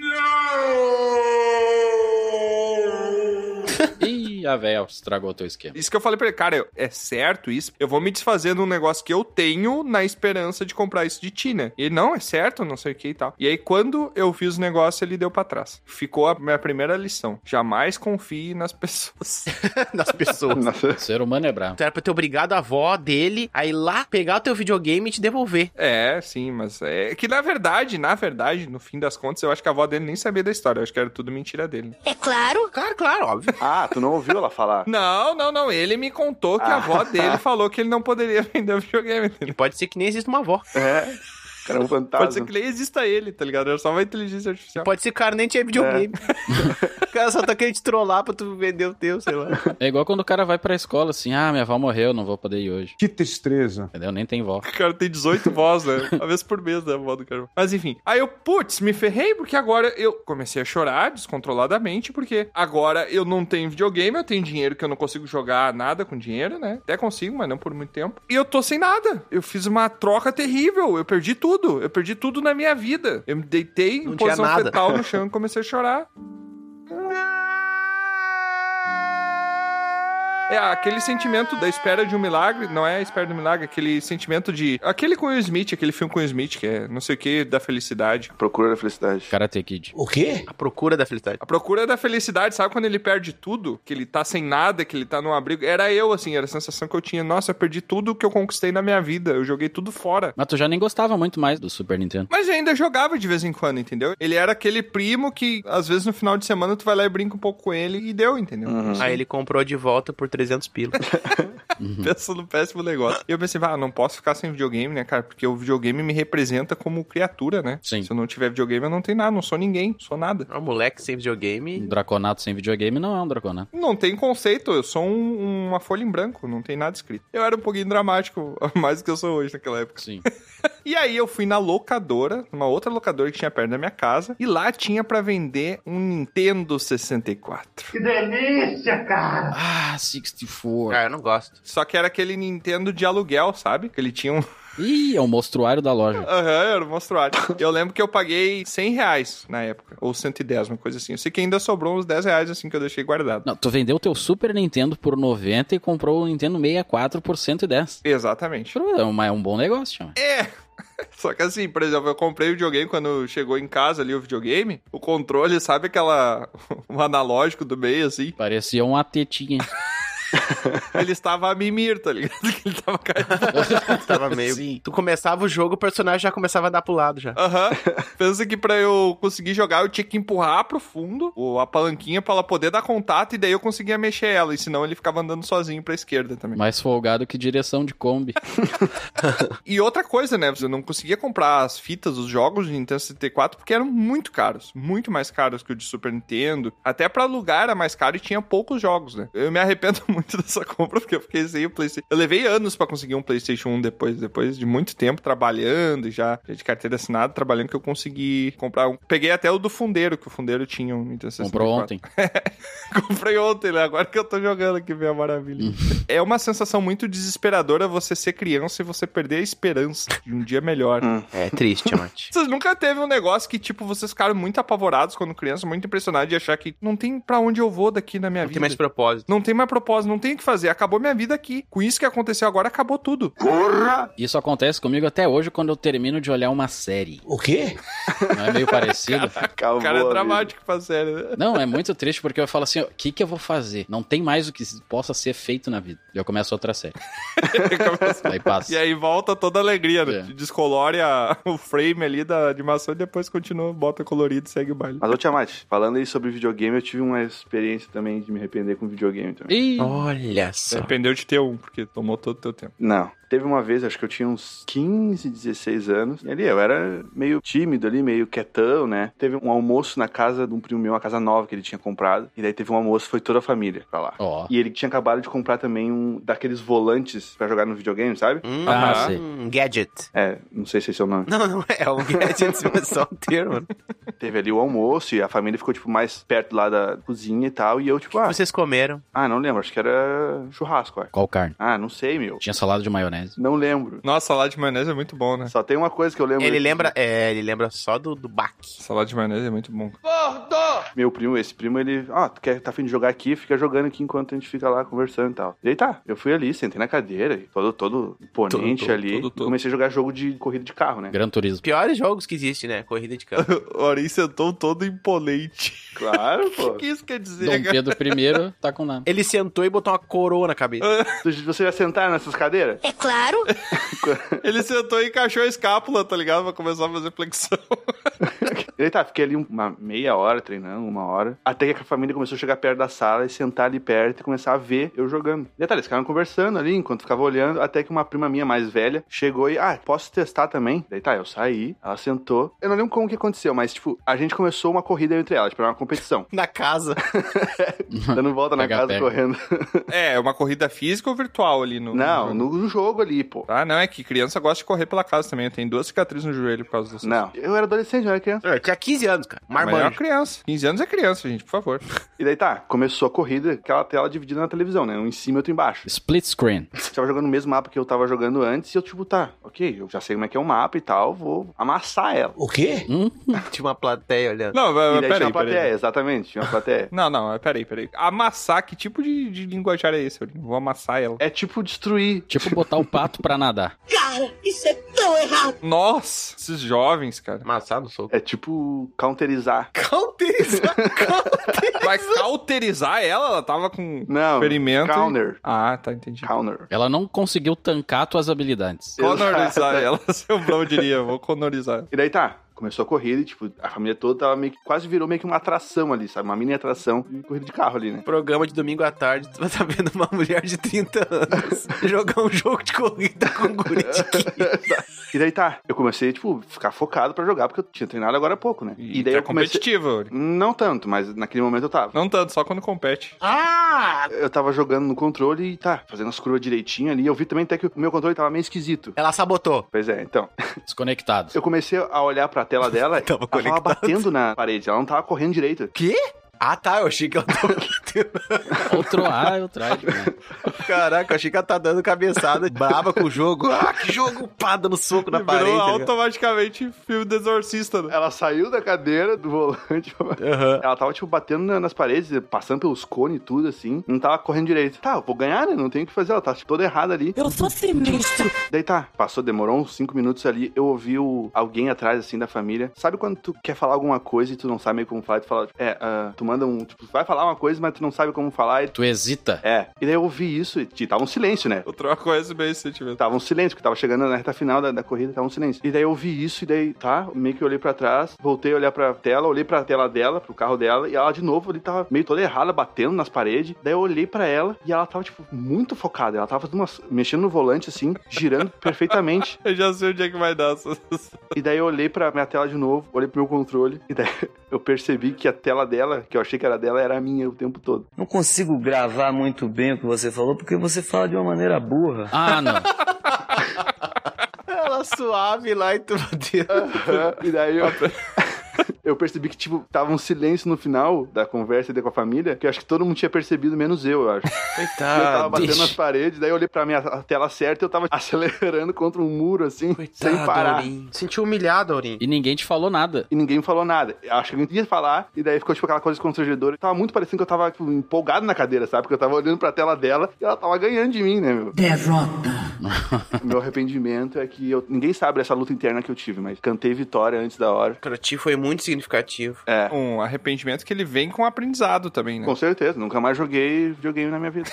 Ih, a véia estragou o teu esquema. Isso que eu falei pra ele, cara, é certo isso? Eu vou me desfazer de um negócio que eu tenho na esperança de comprar isso de ti, né? E ele, não, é certo, não sei o que e tal. E aí, quando eu fiz o negócio, ele deu pra trás. Ficou a minha primeira lição. Jamais confie nas pessoas. Nas pessoas. O ser humano é bravo. Tu era pra ter obrigado a avó dele a ir lá pegar o teu videogame e te devolver. É, sim, mas é que na verdade, no fim das contas, eu acho que a avó dele nem sabia da história. Eu acho que era tudo mentira dele. É claro. Claro, óbvio. Tu não ouviu ela falar? Não. Ele me contou que a avó dele falou que ele não poderia vender o videogame. E pode ser que nem exista uma avó. É. Cara, é um fantasma. Pode ser que nem exista ele, tá ligado? É só uma inteligência artificial. Pode ser que o cara nem tinha videogame. O cara só tá querendo te trollar pra tu vender o teu, sei lá. É igual quando o cara vai pra escola assim, minha avó morreu, não vou poder ir hoje. Que tristeza. Entendeu? Nem tem vó. O cara tem 18 vós, né? Uma vez por mês, né? A vó do cara. Mas enfim. Aí eu, me ferrei, porque agora eu comecei a chorar descontroladamente, porque agora eu não tenho videogame, eu tenho dinheiro que eu não consigo jogar nada com dinheiro, né? Até consigo, mas não por muito tempo. E eu tô sem nada. Eu fiz uma troca terrível. Eu perdi tudo na minha vida. Eu me deitei em posição fetal no chão e comecei a chorar. É aquele sentimento da espera de um milagre, não é a espera de um milagre, aquele sentimento de... Aquele com o Will Smith, aquele filme com o Will Smith, que é não sei o que, da felicidade. A procura da felicidade. Karate Kid. O quê? A procura da felicidade. A procura da felicidade, sabe quando ele perde tudo? Que ele tá sem nada, que ele tá num abrigo? Era eu, assim, era a sensação que eu tinha. Nossa, eu perdi tudo que eu conquistei na minha vida. Eu joguei tudo fora. Mas tu já nem gostava muito mais do Super Nintendo. Mas eu ainda jogava de vez em quando, entendeu? Ele era aquele primo que, às vezes, no final de semana, tu vai lá e brinca um pouco com ele e deu, entendeu? Aí ele comprou de volta por 300 pila. Pensa no péssimo negócio. E eu pensei, não posso ficar sem videogame, né, cara? Porque o videogame me representa como criatura, né? Sim. Se eu não tiver videogame, eu não tenho nada, não sou ninguém, não sou nada. Um moleque sem videogame. Um draconato sem videogame não é um draconato. Não tem conceito, eu sou uma folha em branco, não tem nada escrito. Eu era um pouquinho dramático, mais do que eu sou hoje naquela época. Sim. E aí eu fui na locadora, uma outra locadora que tinha perto da minha casa, e lá tinha pra vender um Nintendo 64. Que delícia, cara! 64. Eu não gosto. Só que era aquele Nintendo de aluguel, sabe? Que ele tinha um... Ih, é o mostruário da loja. Era o mostruário. Eu lembro que eu paguei R$100 na época, ou 110, uma coisa assim. Eu sei que ainda sobrou uns R$10 assim que eu deixei guardado. Não, tu vendeu o teu Super Nintendo por 90 e comprou o Nintendo 64 por 110. Exatamente. É um bom negócio, chama. Só que assim, por exemplo, eu comprei o videogame quando chegou em casa ali o videogame, o controle, sabe o analógico do meio, assim? Parecia uma tetinha. Ele estava a mimir, tá ligado? Ele tava caindo. Tava meio... Sim. Tu começava o jogo, o personagem já começava a dar pro lado já. Pensa que pra eu conseguir jogar, eu tinha que empurrar pro fundo a palanquinha pra ela poder dar contato, e daí eu conseguia mexer ela, e senão ele ficava andando sozinho pra esquerda também. Mais folgado que direção de Kombi. E outra coisa, né? Eu não conseguia comprar as fitas, os jogos de Nintendo 64, porque eram muito caros. Muito mais caros que o de Super Nintendo. Até pra alugar era mais caro e tinha poucos jogos, né? Eu me arrependo muito dessa compra, porque eu fiquei sem o PlayStation. Eu levei anos pra conseguir um PlayStation 1 depois de muito tempo trabalhando, já de carteira assinada, trabalhando, que eu consegui comprar um. Peguei até o do Fundeiro, que o Fundeiro tinha um Nintendo 64. Comprou ontem. Comprei ontem, né? Agora que eu tô jogando aqui, minha maravilha. É uma sensação muito desesperadora você ser criança e você perder a esperança de um dia melhor. É triste, Mate. Vocês nunca teve um negócio que, tipo, vocês ficaram muito apavorados quando criança, muito impressionados de achar que não tem pra onde eu vou daqui na minha vida. Não tem mais propósito. Não tem mais propósito, não tem o que fazer. Acabou minha vida aqui. Com isso que aconteceu agora, acabou tudo. Porra! Isso acontece comigo até hoje quando eu termino de olhar uma série. O quê? Não é meio parecido? O cara é dramático pra série, né? Não, é muito triste porque eu falo assim, o que eu vou fazer? Não tem mais o que possa ser feito na vida. E eu começo outra série. Aí passa. E aí volta toda a alegria, né? Descolore o frame ali da animação e depois continua, bota colorido e segue o baile. Mas, ô Tiamat, falando aí sobre videogame, eu tive uma experiência também de me arrepender com videogame também. Olha só. Arrependeu de ter um, porque tomou todo o teu tempo. Não. Teve uma vez, acho que eu tinha uns 15, 16 anos, e ali eu era meio tímido ali, meio quietão, né? Teve um almoço na casa de um primo meu, uma casa nova que ele tinha comprado, e daí teve um almoço, foi toda a família pra lá. E ele tinha acabado de comprar também um daqueles volantes pra jogar no videogame, sabe? Um gadget. Não sei se esse é o nome. Não é um gadget, é só um termo. Teve ali o almoço e a família ficou, tipo, mais perto lá da cozinha e tal, e eu, tipo, Vocês comeram? não lembro, acho que era churrasco, acho. Qual carne? Não sei, meu. Tinha salada de maionese. Não lembro. Nossa, salada de maionese é muito bom, né? Só tem uma coisa que eu lembro. Ele lembra só do baque. Salada de maionese é muito bom. Meu primo, esse primo, ele... tu tá afim de jogar aqui? Fica jogando aqui enquanto a gente fica lá conversando e tal. E aí tá, eu fui ali, sentei na cadeira, todo imponente ali. Comecei a jogar jogo de corrida de carro, né? Gran Turismo. Piores jogos que existem, né? Corrida de carro. O Aurim sentou todo imponente. Claro, pô. O que isso quer dizer, Dom Pedro I tá com nada. Ele sentou e botou uma coroa na cabeça. Você já sentaram nessas cadeiras? É claro. Ele sentou e encaixou a escápula, tá ligado? Pra começar a fazer flexão. E aí tá, fiquei ali uma meia hora treinando, 1 hora, até que a família começou a chegar perto da sala e sentar ali perto e começar a ver eu jogando. E aí tá, eles ficaram conversando ali, enquanto ficava olhando, até que uma prima minha mais velha chegou e, posso testar também? Daí tá, eu saí, ela sentou. Eu não lembro como que aconteceu, mas tipo, a gente começou uma corrida entre elas, tipo, era uma competição. Na casa. Dando volta na casa, correndo. É uma corrida física ou virtual ali no Não, no jogo ali, pô. Não, é que criança gosta de correr pela casa também. Eu tenho 2 cicatrizes no joelho por causa disso. Não, eu era adolescente, eu era criança. Eu tinha 15 anos, cara. Mas é uma criança. 15 anos é criança, gente, por favor. E daí tá, começou a corrida, aquela tela dividida na televisão, né? Um em cima e outro embaixo. Split screen. Eu tava jogando o mesmo mapa que eu tava jogando antes e eu, tipo, ok, eu já sei como é que é o mapa e tal, vou amassar ela. O quê? Tinha uma plateia olhando. Não, mas tinha uma plateia, exatamente, tinha uma plateia. Não, peraí. Amassar, que tipo de linguajar é esse? Eu vou amassar ela. É tipo destruir. Tipo botar o pato pra nadar. Cara, isso é tão errado. Nossa, esses jovens, cara. Amassar no soco. É tipo cauterizar. Cauterizar? Vai cauterizar ela? Ela tava com ferimento. Counter. Tá, entendi. Counter. Ela não conseguiu tancar tuas habilidades. Conorizar ela, seu Blão diria. Vou conorizar. E daí tá. Começou a corrida e, tipo, a família toda tava meio que, quase virou meio que uma atração ali, sabe? Uma mini atração de corrida de carro ali, né? Programa de domingo à tarde, tu vai estar vendo uma mulher de 30 anos jogar um jogo de corrida com um guri de 15. E daí tá, eu comecei, tipo, ficar focado pra jogar, porque eu tinha treinado agora há pouco, né? E daí eu comecei... competitivo. Não tanto, mas naquele momento eu tava. Não tanto, só quando compete. Eu tava jogando no controle e fazendo as curvas direitinho ali. Eu vi também até que o meu controle tava meio esquisito. Ela sabotou. Pois é, então. Desconectado. Eu comecei a olhar pra tela dela. Ela tava batendo na parede, ela não tava correndo direito. Quê? Eu achei que ela tava batendo. Outro trágico, né? Caraca, eu achei que ela tá dando cabeçada brava com o jogo. Que jogo, dando soco na parede. Virou automaticamente filme do Exorcista, né? Ela saiu da cadeira, do volante. Ela tava, tipo, batendo nas paredes, passando pelos cones e tudo, assim. Não tava correndo direito. Eu vou ganhar, né? Não tem o que fazer. Ela tá, tipo, toda errada ali. Eu sou sinistro. Daí passou, demorou uns 5 minutos ali. Eu ouvi alguém atrás, assim, da família. Sabe quando tu quer falar alguma coisa e tu não sabe meio como falar? Tu fala, tu manda tipo, vai falar uma coisa, mas tu não sabe como falar. Tu hesita. E daí eu ouvi isso e tava um silêncio, né? Eu troco esse bem esse sentimento. Tava um silêncio, porque tava chegando na reta final da corrida, tava um silêncio. E daí eu ouvi isso, e daí, meio que eu olhei pra trás, voltei a olhar pra tela, olhei pra tela dela, pro carro dela, e ela de novo ali tava meio toda errada, batendo nas paredes. Daí eu olhei pra ela, e ela tava, tipo, muito focada. Ela tava mexendo no volante, assim, girando perfeitamente. Eu já sei onde é que vai dar. E daí eu olhei pra minha tela de novo, olhei pro meu controle, e daí eu percebi que a tela dela, que eu achei que era dela, era a minha o tempo todo. Não consigo gravar muito bem o que você falou, porque você fala de uma maneira burra. Não. Ela suave lá e tu bateu. E daí eu percebi que, tipo, tava um silêncio no final da conversa com a família, que eu acho que todo mundo tinha percebido, menos eu acho. Coitado. Eu tava batendo nas paredes, daí eu olhei pra minha tela certa e eu tava acelerando contra um muro, assim, sem parar. Aurim. Sentiu humilhado, Aurim. E ninguém te falou nada. E ninguém me falou nada. Eu acho que alguém ia falar, e daí ficou, tipo, aquela coisa constrangedora. Tava muito parecendo que eu tava, tipo, empolgado na cadeira, sabe? Porque eu tava olhando pra tela dela e ela tava ganhando de mim, né, meu? Derrota. Meu arrependimento é que ninguém sabe essa luta interna que eu tive, mas cantei vitória antes da hora. Pra ti foi muito significativo. Um arrependimento que ele vem com aprendizado também, né? Com certeza. Nunca mais joguei videogame na minha vida.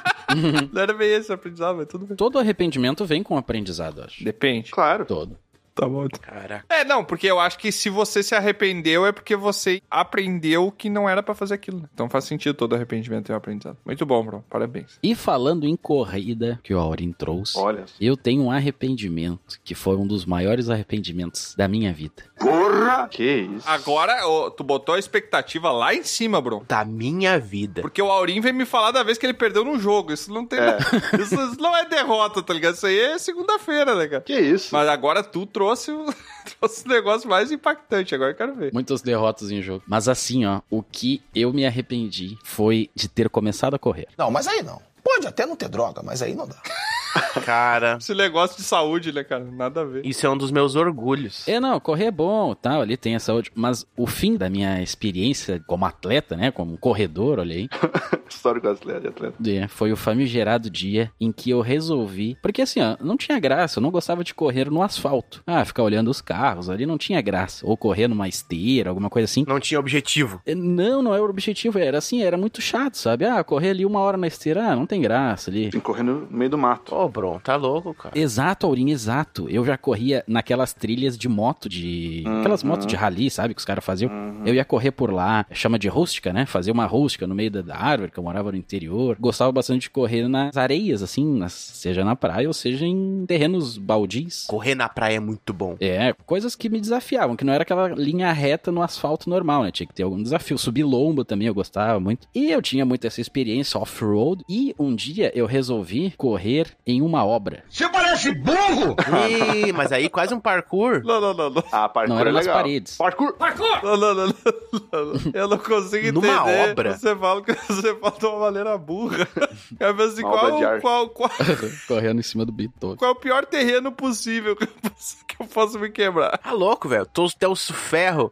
Não era bem esse aprendizado, mas tudo bem. Todo arrependimento vem com aprendizado, acho. Depende. Claro. Todo. Tá bom. Caraca. Não, porque eu acho que se você se arrependeu é porque você aprendeu que não era pra fazer aquilo. Então faz sentido todo arrependimento e aprendizado. Muito bom, bro. Parabéns. E falando em corrida, que o Aurim trouxe, Olha. eu tenho um arrependimento que foi um dos maiores arrependimentos da minha vida. Porra! Que isso? Agora, tu botou a expectativa lá em cima, bro. Da minha vida. Porque o Aurim veio me falar da vez que ele perdeu num jogo. Isso não tem... Isso não é derrota, tá ligado? Isso aí é segunda-feira, né, cara? Que isso? Mas agora tu trouxe o negócio mais impactante. Agora eu quero ver. Muitas derrotas em jogo. Mas assim, ó, o que eu me arrependi foi de ter começado a correr. Não, mas aí não. Pode até não ter droga, mas aí não dá. Cara, Esse negócio de saúde, né, cara? Nada a ver. isso é um dos meus orgulhos. Não, correr é bom, tal, ali tem a saúde. Mas o fim da minha experiência como atleta, né, como corredor, olha aí, Histórico de atleta. foi o famigerado dia em que eu resolvi... Porque assim, ó, não tinha graça, eu não gostava de correr no asfalto. Ficar olhando os carros ali não tinha graça. Ou correr numa esteira, alguma coisa assim. Não tinha objetivo. Não era o objetivo, era assim, era muito chato, sabe? Correr ali 1 hora na esteira, não tem graça ali. Tem que correr no meio do mato. Ô, Bron, tá louco, cara. Exato, Aurim, exato. Eu já corria naquelas trilhas de moto, aquelas motos de rally, sabe, que os caras faziam. Eu ia correr por lá, chama de rústica, né? Fazer uma rústica no meio da árvore, que eu morava no interior. Gostava bastante de correr nas areias, assim, seja na praia ou seja em terrenos baldios. Correr na praia é muito bom. Coisas que me desafiavam, que não era aquela linha reta no asfalto normal, né? Tinha que ter algum desafio. Subir lombo também eu gostava muito. E eu tinha muito essa experiência off-road. E um dia eu resolvi correr em uma obra. Você parece burro! Ih, mas aí quase um parkour. Não. Parkour Não era é nas legal. paredes. Parkour! Não. Eu não consigo entender. Numa obra? Você fala de uma maneira burra. Eu penso assim, Uma obra de arte. qual Correndo em cima do bitoco. é o pior terreno possível que eu posso me quebrar? Tá louco, velho. Tô até os ferro.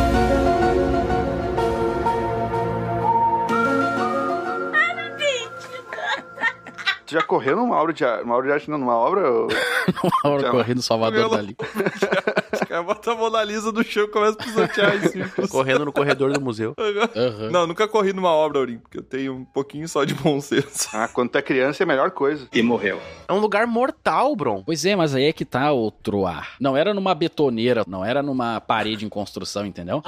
Tu já correu numa obra de arte? Numa obra? Uma hora correndo Salvador Dali. Os caras botam a Mona Lisa no chão e começam a pisotear em círculos. Correndo no corredor do museu. Uhum. Não, nunca corri numa obra, Aurim, porque eu tenho um pouquinho só de bom senso. Quando tu é criança é a melhor coisa. E morreu. É um lugar mortal, Bron. Pois é, mas aí é que tá o troar. Não era numa betoneira, não era numa parede em construção, entendeu?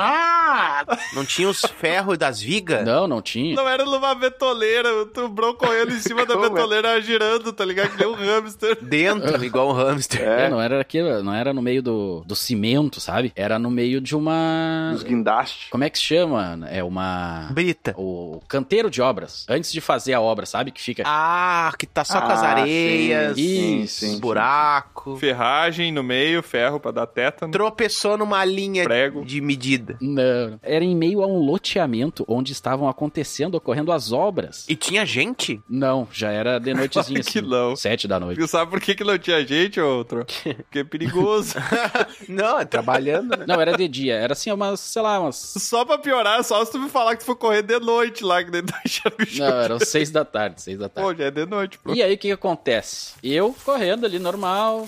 Não tinha os ferros das vigas? Não tinha. Não era numa betoleira, o tubrão correndo em cima da betoleira girando, tá ligado? Que nem um hamster. Dentro, igual um hamster. Não era aquilo, não era no meio do cimento, sabe? Era no meio de uma... Os guindastes. Como é que se chama? É uma... Brita. O canteiro de obras. Antes de fazer a obra, sabe? Que fica... Que tá só com as areias, sim, buraco. Ferragem no meio, ferro pra dar tétano. Tropeçou numa linha Prego. de medida. Não. Era em meio a um loteamento onde estavam ocorrendo as obras. E tinha gente? Não, já era de noitezinha Que assim. não. 7 da noite. E sabe por que não tinha gente, outro? Porque é perigoso. Não, é trabalhando, né? Não, era de dia. Era assim, umas... Só pra piorar, só se tu me falar que tu foi correr de noite lá, que nem tá enxergando o chão. Não, eram 6 da tarde, 6 da tarde. Pô, já é de noite, pô. E aí, o que acontece? Eu correndo ali normal,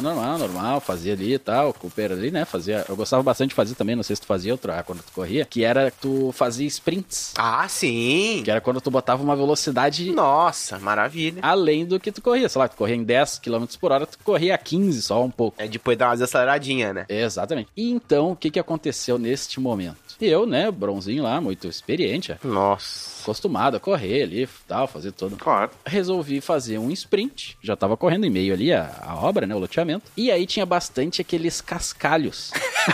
fazia ali e tal, o Cooper ali, né, fazia... Eu gostava bastante de fazer também, não sei se tu fazia quando tu corria, que era tu fazia sprints. Sim! Que era quando tu botava uma velocidade... Nossa, maravilha. Além do que tu corria, sei lá, tu corria em 10 km por hora, tu corria a 15 só um pouco. Depois dá umas aceleradinhas, né? Exatamente. E então, o que aconteceu neste momento? Eu, né, bronzinho lá, muito experiente, Nossa. acostumado a correr ali, tal, fazer tudo. Claro. Resolvi fazer um sprint, já tava correndo em meio ali a obra, né, o loteamento. E aí tinha bastante aqueles cascalhos,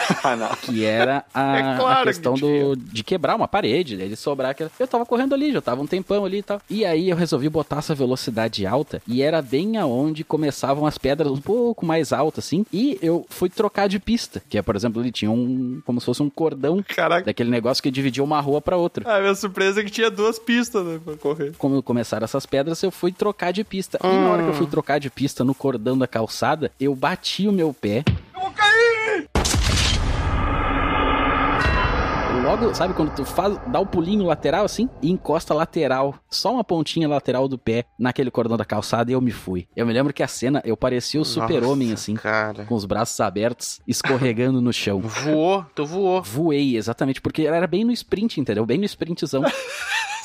que era a questão de quebrar uma parede, de sobrar aquela... Eu tava correndo ali, já tava um tempão ali e tal. E aí eu resolvi botar essa velocidade alta, e era bem aonde começavam as pedras um pouco mais altas, assim, e eu fui trocar de pista, que é, por exemplo, ali tinha como se fosse um cordão. Caraca. Daquele negócio que dividia uma rua pra outra. A minha surpresa é que tinha 2 pistas, né, pra correr. Como começaram essas pedras, eu fui trocar de pista. E na hora que eu fui trocar de pista no cordão da calçada, eu bati o meu pé. Eu vou cair! Logo, sabe, quando tu dá o pulinho lateral assim, e encosta lateral, só uma pontinha lateral do pé naquele cordão da calçada, e eu me fui. Eu me lembro que a cena, eu parecia o super-homem assim, cara, com os braços abertos, escorregando no chão. Tu voou? Voei, exatamente, porque era bem no sprint, entendeu? Bem no sprintzão.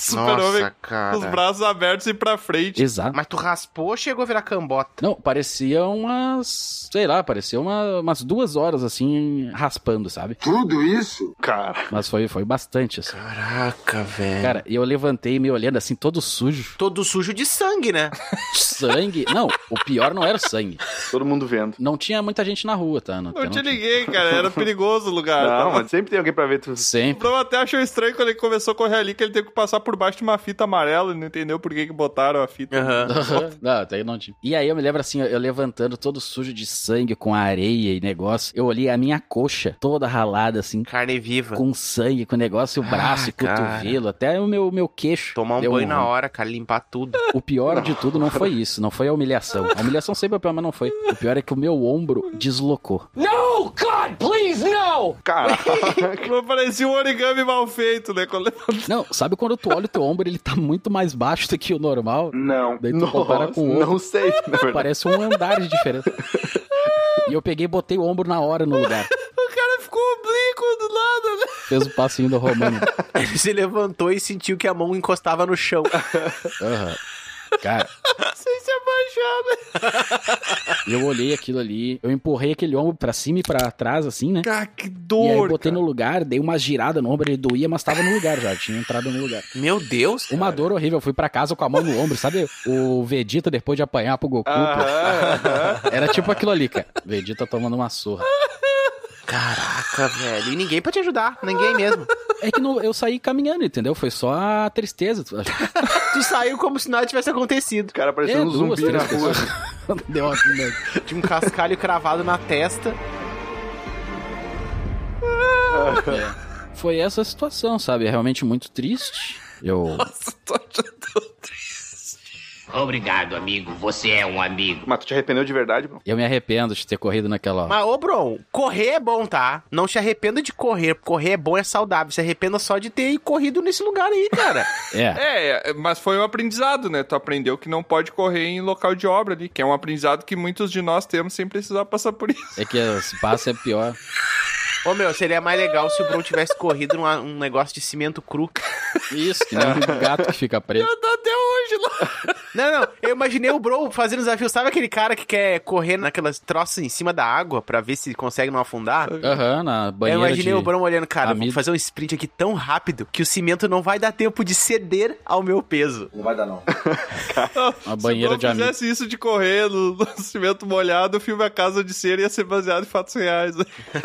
Super-homem com os braços abertos e pra frente. Exato. Mas tu raspou ou chegou a virar cambota? Não, parecia umas... Sei lá, parecia umas 2 horas, assim, raspando, sabe? Tudo isso? Cara. Mas foi bastante, assim. Caraca, velho. Cara, e eu levantei me olhando, assim, todo sujo. Todo sujo de sangue, né? Sangue? Não, o pior não era o sangue. Todo mundo vendo. Não tinha muita gente na rua, tá? Não te liguei, cara. Era perigoso o lugar. Não, mas sempre tem alguém pra ver tu. Sempre. O Bruno até achou estranho quando ele começou a correr ali, que ele teve que passar por baixo de uma fita amarela e não entendeu por que botaram a fita. Não, até não tinha. E aí eu me lembro assim, eu levantando todo sujo de sangue, com areia e negócio. Eu olhei a minha coxa toda ralada, assim. Carne viva. Com sangue, com negócio, o braço e cotovelo, até o meu queixo. Tomar um banho na hora, cara, limpar tudo. O pior de tudo não foi isso, não foi a humilhação. A humilhação sempre é pior, mas não foi. O pior é que o meu ombro deslocou. No, God, please, no! Caraca. Parecia um origami mal feito, né? Não, sabe quando tu olha o teu ombro, ele tá muito mais baixo do que o normal? Não. Daí tu compara com o outro. Não sei, na verdade. Parece um andar de diferença. E eu peguei e botei o ombro na hora no lugar. O cara ficou oblíquo do lado, né? Fez o passinho do Romano. Ele se levantou e sentiu que a mão encostava no chão. Cara. Sem se abaixar, né? E eu olhei aquilo ali, eu empurrei aquele ombro pra cima e pra trás, assim, né? Cara, que dor, E aí eu botei no lugar, dei uma girada no ombro, ele doía, mas tava no lugar já, tinha entrado no lugar. Meu Deus! Uma dor horrível, eu fui pra casa com a mão no ombro, sabe o Vegeta depois de apanhar pro Goku? Era tipo aquilo ali, cara. Vegeta tomando uma surra. Caraca, velho. E ninguém pra te ajudar, ninguém mesmo. É que eu saí caminhando, entendeu? Foi só a tristeza. Tu saiu como se nada tivesse acontecido. O cara parecia um zumbi na rua. Deu uma... Tinha um cascalho cravado na testa. Foi essa situação, sabe? É realmente muito triste. Nossa, tô achando triste. Obrigado, amigo. Você é um amigo. Mas tu te arrependeu de verdade, bro? Eu me arrependo de ter corrido naquela hora. Mas, ô, Bron, correr é bom, tá? Não se arrependa de correr. Correr é bom, é saudável. Se arrependa só de ter corrido nesse lugar aí, cara. Mas foi um aprendizado, né? Tu aprendeu que não pode correr em local de obra ali, que é um aprendizado que muitos de nós temos sem precisar passar por isso. É que esse passo é pior. Ô, meu, seria mais legal se o Bron tivesse corrido num negócio de cimento cru. Isso, que nem um gato que fica preso. Eu tô até hoje lá. Não, eu imaginei o Bron fazendo desafio. Sabe aquele cara que quer correr naquelas troças em cima da água pra ver se consegue não afundar? Na banheira. Eu imaginei o Bron olhando, cara, eu vou fazer um sprint aqui tão rápido que o cimento não vai dar tempo de ceder ao meu peso. Não vai dar, não. Uma banheira de amigo. Se fizesse isso de correr no cimento molhado, o filme A Casa de Cera ia ser baseado em fatos reais.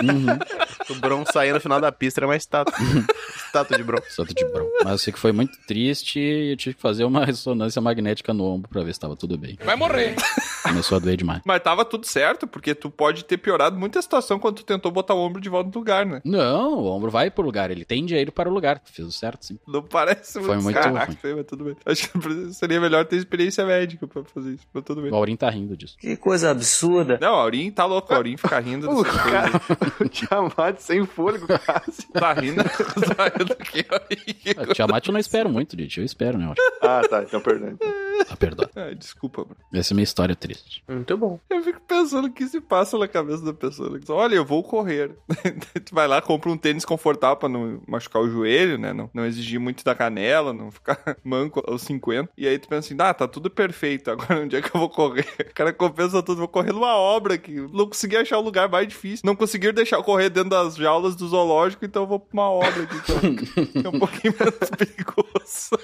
O Bron saía no final da pista, era uma estátua. Estátua de Bron. Estátua de Bron. Mas eu sei que foi muito triste e eu tive que fazer uma ressonância magnética no ombro pra ver se tava tudo bem. Vai morrer. Começou a doer demais. Mas tava tudo certo, porque tu pode ter piorado muita situação quando tu tentou botar o ombro de volta no lugar, né? Não, o ombro vai pro lugar, ele tende a ir para o lugar. Fiz o certo, sim. Não parece foi muito ruim. Mas tudo bem. Acho que seria melhor ter experiência médica pra fazer isso, mas tudo bem. O Aurim tá rindo disso. Que coisa absurda. Não, o Aurim tá louco, o Aurim fica rindo dessas coisas. O Tiamat sem fôlego, quase. Tá rindo que Aurim. O Tiamat eu não espero muito, gente. Eu espero, né? Tá, então perdão. Tá, perdoa. Desculpa, mano. Essa é minha história triste. Muito bom. Eu fico pensando o que se passa na cabeça da pessoa. Olha, eu vou correr. Tu vai lá, compra um tênis confortável pra não machucar o joelho, né? Não exigir muito da canela, não ficar manco aos 50. E aí tu pensa assim, tá tudo perfeito. Agora onde é que eu vou correr? O cara compensa tudo. Vou correr numa obra que não consegui achar o lugar mais difícil. Não conseguiram deixar eu correr dentro das jaulas do zoológico, então eu vou pra uma obra aqui. Que é um pouquinho menos perigoso.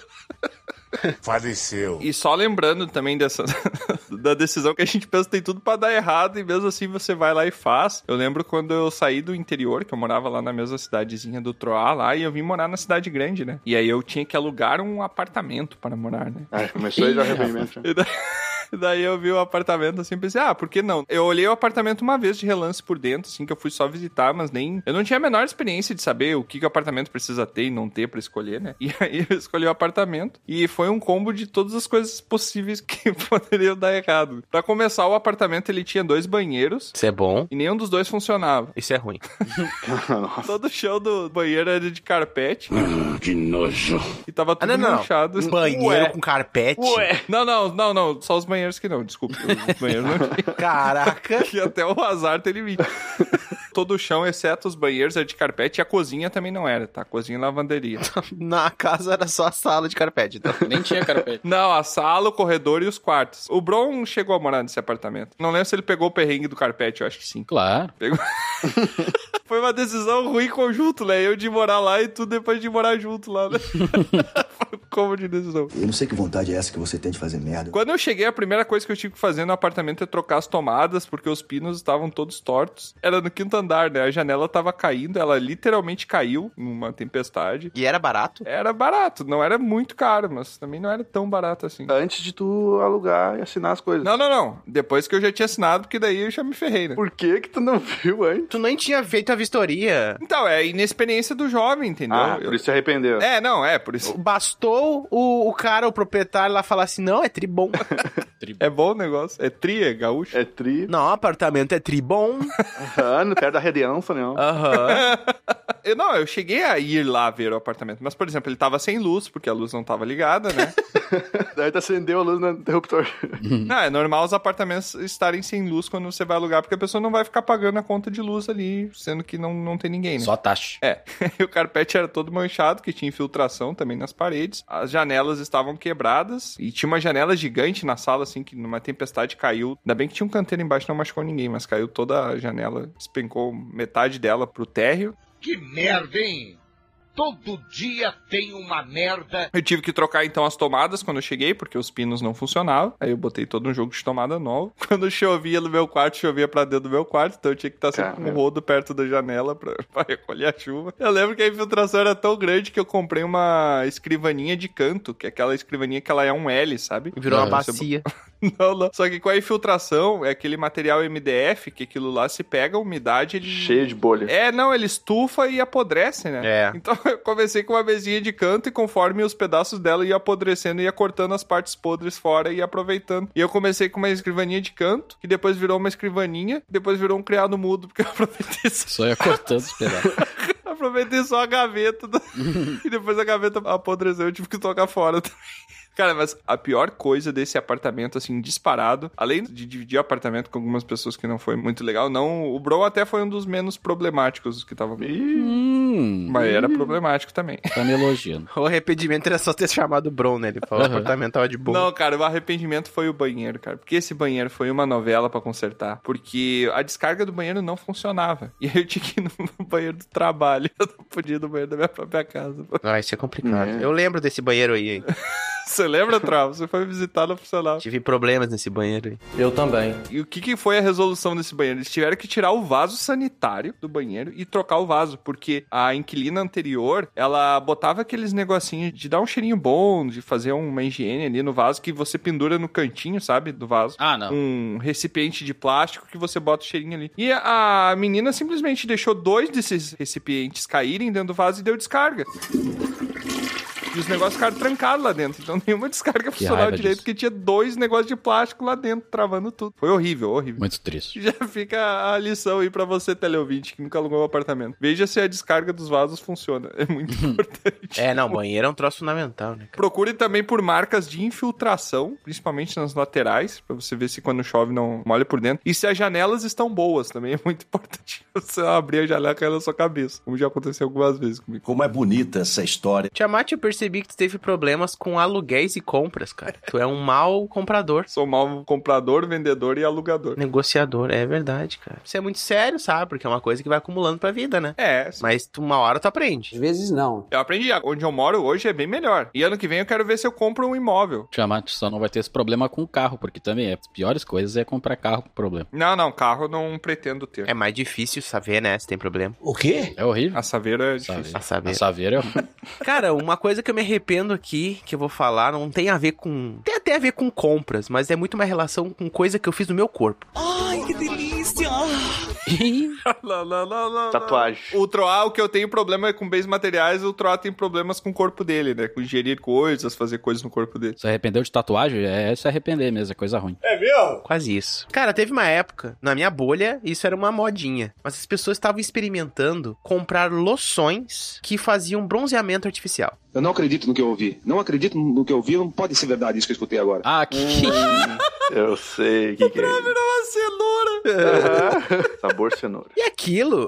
Faleceu. E só lembrando também da decisão que a gente pensa que tem tudo pra dar errado e mesmo assim você vai lá e faz. Eu lembro quando eu saí do interior, que eu morava lá na mesma cidadezinha do Troá lá, e eu vim morar na cidade grande, né? E aí eu tinha que alugar um apartamento para morar, né? Começou aí já o arrependimento. Daí eu vi o apartamento assim, pensei, por que não? Eu olhei o apartamento uma vez de relance por dentro, assim, que eu fui só visitar, mas nem... Eu não tinha a menor experiência de saber o que o apartamento precisa ter e não ter pra escolher, né? E aí eu escolhi o apartamento e foi um combo de todas as coisas possíveis que poderiam dar errado. Pra começar, o apartamento, ele tinha 2 banheiros. Isso é bom. E nenhum dos 2 funcionava. Isso é ruim. Todo o chão do banheiro era de carpete. Que nojo. E tava tudo manchado. Banheiro com carpete? Não. Só os banheiros que não, desculpa. Os banheiros não tinha. Caraca. Que até o azar tem limite. Todo o chão, exceto os banheiros, era de carpete, e a cozinha também não era, tá? A cozinha e lavanderia. Na casa era só a sala de carpete, então. Nem tinha carpete. Não, a sala, o corredor e os quartos. O Bron chegou a morar nesse apartamento. Não lembro se ele pegou o perrengue do carpete, eu acho que sim. Claro. Pegou... Foi uma decisão ruim conjunto, né? Eu de morar lá e tu depois de morar junto lá, né? Como de decisão. Eu não sei que vontade é essa que você tem de fazer merda. Quando eu cheguei, a primeira coisa que eu tive que fazer no apartamento é trocar as tomadas, porque os pinos estavam todos tortos. Era no 5º andar, né? A janela tava caindo, ela literalmente caiu numa tempestade. E era barato? Era barato, não era muito caro, mas também não era tão barato assim. Antes de tu alugar e assinar as coisas. Não. Depois que eu já tinha assinado, porque daí eu já me ferrei, né? Por que tu não viu antes? Tu nem tinha feito a vistoria. Então, é a inexperiência do jovem, entendeu? Por isso se arrependeu. Por isso. Bastou o cara, o proprietário lá falar assim, não, é tribom. É bom o negócio. É tri, é gaúcho. É tri. Não, apartamento é tribom. Perto da Redenção, não. Eu cheguei a ir lá ver o apartamento, mas, por exemplo, ele tava sem luz, porque a luz não tava ligada, né? Daí tu acendeu a luz no interruptor. Não, é normal os apartamentos estarem sem luz quando você vai alugar, porque a pessoa não vai ficar pagando a conta de luz ali, sendo que não tem ninguém, né? Só taxa. E o carpete era todo manchado, que tinha infiltração também nas paredes. As janelas estavam quebradas e tinha uma janela gigante na sala, assim, que numa tempestade caiu. Ainda bem que tinha um canteiro embaixo, não machucou ninguém, mas caiu toda a janela, despencou metade dela pro térreo. Que merda, hein? Todo dia tem uma merda. Eu tive que trocar, então, as tomadas quando eu cheguei, porque os pinos não funcionavam. Aí eu botei todo um jogo de tomada novo. Quando chovia no meu quarto, chovia pra dentro do meu quarto. Então eu tinha que estar sempre com um rodo perto da janela pra recolher a chuva. Eu lembro que a infiltração era tão grande que eu comprei uma escrivaninha de canto, que é aquela escrivaninha que ela é um L, sabe? Virou uma bacia. Não. Só que com a infiltração, é aquele material MDF, que aquilo lá se pega a umidade... Cheio de bolha. Ele estufa e apodrece, né? Então eu comecei com uma mesinha de canto e conforme os pedaços dela ia apodrecendo, ia cortando as partes podres fora e ia aproveitando. E eu comecei com uma escrivaninha de canto, que depois virou uma escrivaninha, depois virou um criado mudo, porque eu aproveitei só ia cortando os pedaços. Aproveitei só a gaveta e depois a gaveta apodreceu, eu tive que tocar fora também. Cara, mas a pior coisa desse apartamento, assim, disparado, além de dividir o apartamento com algumas pessoas que não foi muito legal, o Bron até foi um dos menos problemáticos que estavam. Mas era problemático também. Tá me elogiando. O arrependimento era só ter chamado o Bron, né? Ele falou que o apartamento tava de boa. Não, cara, o arrependimento foi o banheiro, cara. Porque esse banheiro foi uma novela pra consertar. Porque a descarga do banheiro não funcionava. E aí eu tinha que ir no banheiro do trabalho. Eu não podia ir no banheiro da minha própria casa. Isso é complicado. Eu lembro desse banheiro aí. Você lembra, Trau? Você foi visitar no funcional. Tive problemas nesse banheiro aí. Eu também. E o que foi a resolução desse banheiro? Eles tiveram que tirar o vaso sanitário do banheiro e trocar o vaso, porque a inquilina anterior, ela botava aqueles negocinhos de dar um cheirinho bom, de fazer uma higiene ali no vaso, que você pendura no cantinho, sabe, do vaso. Não. Um recipiente de plástico que você bota o cheirinho ali. E a menina simplesmente deixou 2 desses recipientes caírem dentro do vaso e deu descarga. E os negócios ficaram trancados lá dentro. Então nenhuma descarga funcionava direito, porque tinha 2 negócios de plástico lá dentro, travando tudo. Foi horrível, horrível. Muito triste. Já fica a lição aí pra você, teleouvinte, que nunca alugou um apartamento. Veja se a descarga dos vasos funciona. É muito importante. Banheiro é um troço fundamental, né? Procure também por marcas de infiltração, principalmente nas laterais, pra você ver se quando chove não molha por dentro. E se as janelas estão boas, também é muito importante. Você abrir a janela e cair na sua cabeça, como já aconteceu algumas vezes comigo. Como é bonita essa história. Tiamat, eu percebi que tu teve problemas com aluguéis e compras, cara. Tu é um mau comprador. Sou um mau comprador, vendedor e alugador. Negociador, é verdade, cara. Isso é muito sério, sabe? Porque é uma coisa que vai acumulando pra vida, né? Sim. Mas uma hora tu aprende. Às vezes não. Eu aprendi. Onde eu moro hoje é bem melhor. E ano que vem eu quero ver se eu compro um imóvel. Tiamat só não vai ter esse problema com o carro, porque também as piores coisas é comprar carro com problema. Não, carro eu não pretendo ter. É mais difícil saber, né, se tem problema. O quê? É horrível. A Saveiro é difícil. A Saveiro é horrível. Cara, uma coisa que eu me arrependo aqui, que eu vou falar, não tem a ver com... Tem até a ver com compras, mas é muito uma relação com coisa que eu fiz no meu corpo. Ai, que delícia! Não. Tatuagem. O Troá, o que eu tenho problema é com bens materiais, o Troá tem problemas com o corpo dele, né? Com ingerir coisas, fazer coisas no corpo dele. Se arrependeu de tatuagem? É se arrepender mesmo, é coisa ruim. É mesmo? Quase isso. Cara, teve uma época, na minha bolha, isso era uma modinha, mas as pessoas estavam experimentando comprar loções que faziam bronzeamento artificial. Eu não acredito no que eu ouvi. Não acredito no que eu ouvi, não pode ser verdade isso que eu escutei agora. Ah, que... Eu sei que é. Virou uma cenoura. Sabor cenoura. E aquilo...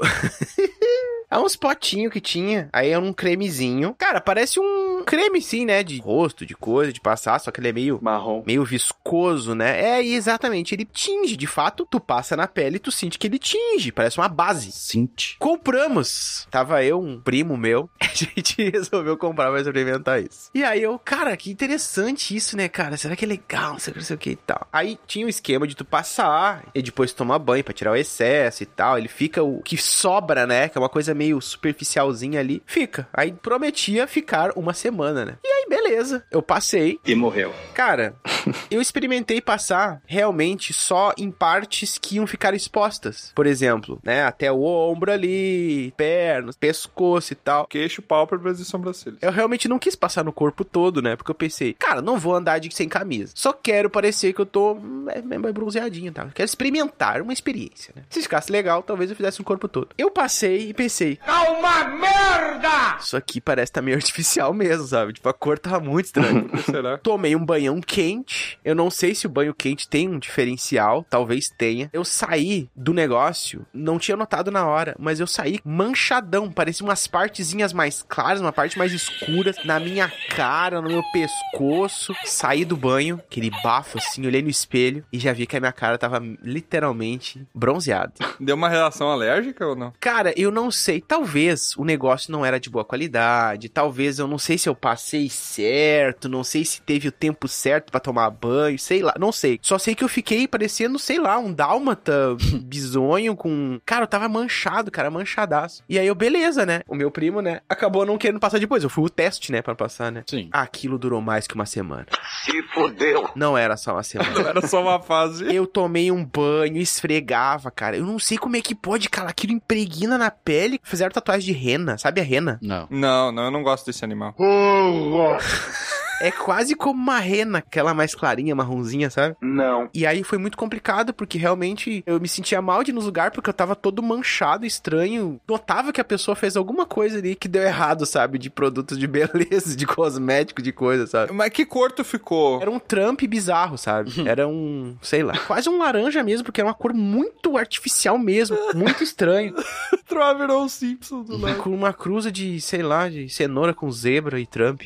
É uns potinhos que tinha, aí é um cremezinho. Cara, parece um creme, sim, né? De rosto, de coisa, de passar, só que ele é meio... marrom. Meio viscoso, né? É, exatamente, ele tinge, de fato. Tu passa na pele e tu sente que ele tinge, parece uma base. Sente. Compramos. Tava eu, um primo meu, a gente resolveu comprar pra experimentar isso. E aí eu, cara, que interessante isso, né, cara? Será que é legal? Não sei o que e tal. Aí tinha o esquema de tu passar e depois tomar banho pra tirar o excesso e tal. Ele fica o que sobra, né? Que é uma coisa meio superficialzinha ali, fica. Aí prometia ficar uma semana, né? E aí, beleza. Eu passei. E morreu. Cara, eu experimentei passar realmente só em partes que iam ficar expostas. Por exemplo, né? Até o ombro ali, pernas, pescoço e tal. Queixo, pálpebras e sobrancelhas. Eu realmente não quis passar no corpo todo, né? Porque eu pensei, cara, não vou andar sem camisa. Só quero parecer que eu tô mais bronzeadinho, tá? Quero experimentar uma experiência, né? Se ficasse legal, talvez eu fizesse no corpo todo. Eu passei e pensei, tá uma merda! Isso aqui parece tá meio artificial mesmo, sabe? Tipo, a cor tava muito estranha. Será? Tomei um banhão quente. Eu não sei se o banho quente tem um diferencial. Talvez tenha. Eu saí do negócio. Não tinha notado na hora. Mas eu saí manchadão. Parecia umas partezinhas mais claras. Uma parte mais escura. Na minha cara, no meu pescoço. Saí do banho. Aquele bafo assim. Olhei no espelho. E já vi que a minha cara tava literalmente bronzeada. Deu uma reação alérgica ou não? Cara, eu não sei. Talvez o negócio não era de boa qualidade. Talvez eu não sei se eu passei certo. Não sei se teve o tempo certo pra tomar banho. Sei lá. Não sei. Só sei que eu fiquei parecendo, sei lá, um dálmata bizonho com... Cara, eu tava manchado, cara. Manchadaço. E aí eu, beleza, né? O meu primo, né? Acabou não querendo passar depois. Eu fui o teste, né? Pra passar, né? Sim. Aquilo durou mais que uma semana. Se fodeu. Não era só uma semana. Não era só uma fase. Eu tomei um banho, esfregava, cara. Eu não sei como é que pode, cara. Aquilo impregna na pele. Fizeram tatuagem de rena. Sabe a rena? Não. Não, eu não gosto desse animal. É quase como uma rena, aquela mais clarinha, marronzinha, sabe? Não. E aí foi muito complicado, porque realmente eu me sentia mal de ir nos lugares, porque eu tava todo manchado, estranho. Notava que a pessoa fez alguma coisa ali que deu errado, sabe? De produtos de beleza, de cosmético, de coisa, sabe? Mas que cor tu ficou? Era um Trump bizarro, sabe? Era um, sei lá, quase um laranja mesmo, porque era uma cor muito artificial mesmo, muito estranho. Trump virou um Simpson do lado. Com uma cruza de, sei lá, de cenoura com zebra e Trump.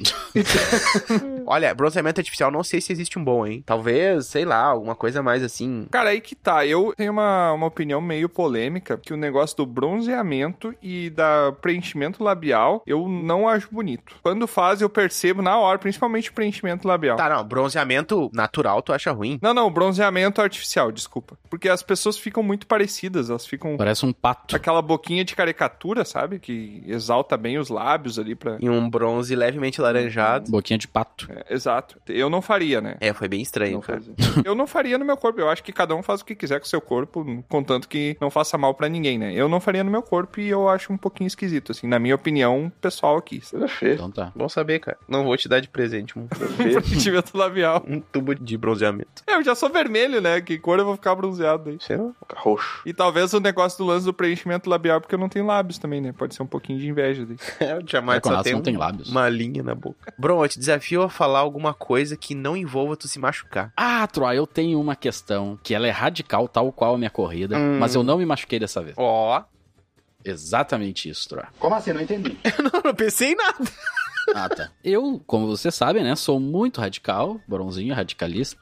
Olha, bronzeamento artificial, não sei se existe um bom, hein? Talvez, sei lá, alguma coisa mais assim. Cara, aí que tá. Eu tenho uma opinião meio polêmica, que o negócio do bronzeamento e da preenchimento labial, eu não acho bonito. Quando faz, eu percebo na hora, principalmente o preenchimento labial. Tá, não, bronzeamento natural tu acha ruim? Não, bronzeamento artificial, desculpa. Porque as pessoas ficam muito parecidas, elas ficam... Parece um pato. Aquela boquinha de caricatura, sabe? Que exalta bem os lábios ali pra... E um bronze levemente laranjado. Boquinha de pato. Exato. Eu não faria, né? Foi bem estranho, cara. Eu não faria no meu corpo. Eu acho que cada um faz o que quiser com o seu corpo, contanto que não faça mal pra ninguém, né? Eu não faria no meu corpo e eu acho um pouquinho esquisito, assim, na minha opinião, pessoal aqui. Perfeito. Então tá. Bom saber, cara. Não vou te dar de presente um preenchimento labial. Um tubo de bronzeamento. Eu já sou vermelho, né? Que cor eu vou ficar bronzeado aí? Sei lá. Roxo. E talvez o negócio do lance do preenchimento labial, porque eu não tenho lábios também, né? Pode ser um pouquinho de inveja daí. O Tiamat só tem, não tem lábios. Uma linha na boca. Bron, eu te desafio a falar alguma coisa que não envolva tu se machucar. Ah, Troy, eu tenho uma questão que ela é radical, tal qual a minha corrida, mas eu não me machuquei dessa vez. Ó. Exatamente isso, Troy. Como assim? Não entendi. não pensei em nada. Ah, tá. Eu, como você sabe, né, sou muito radical, bronzinho, radicalista.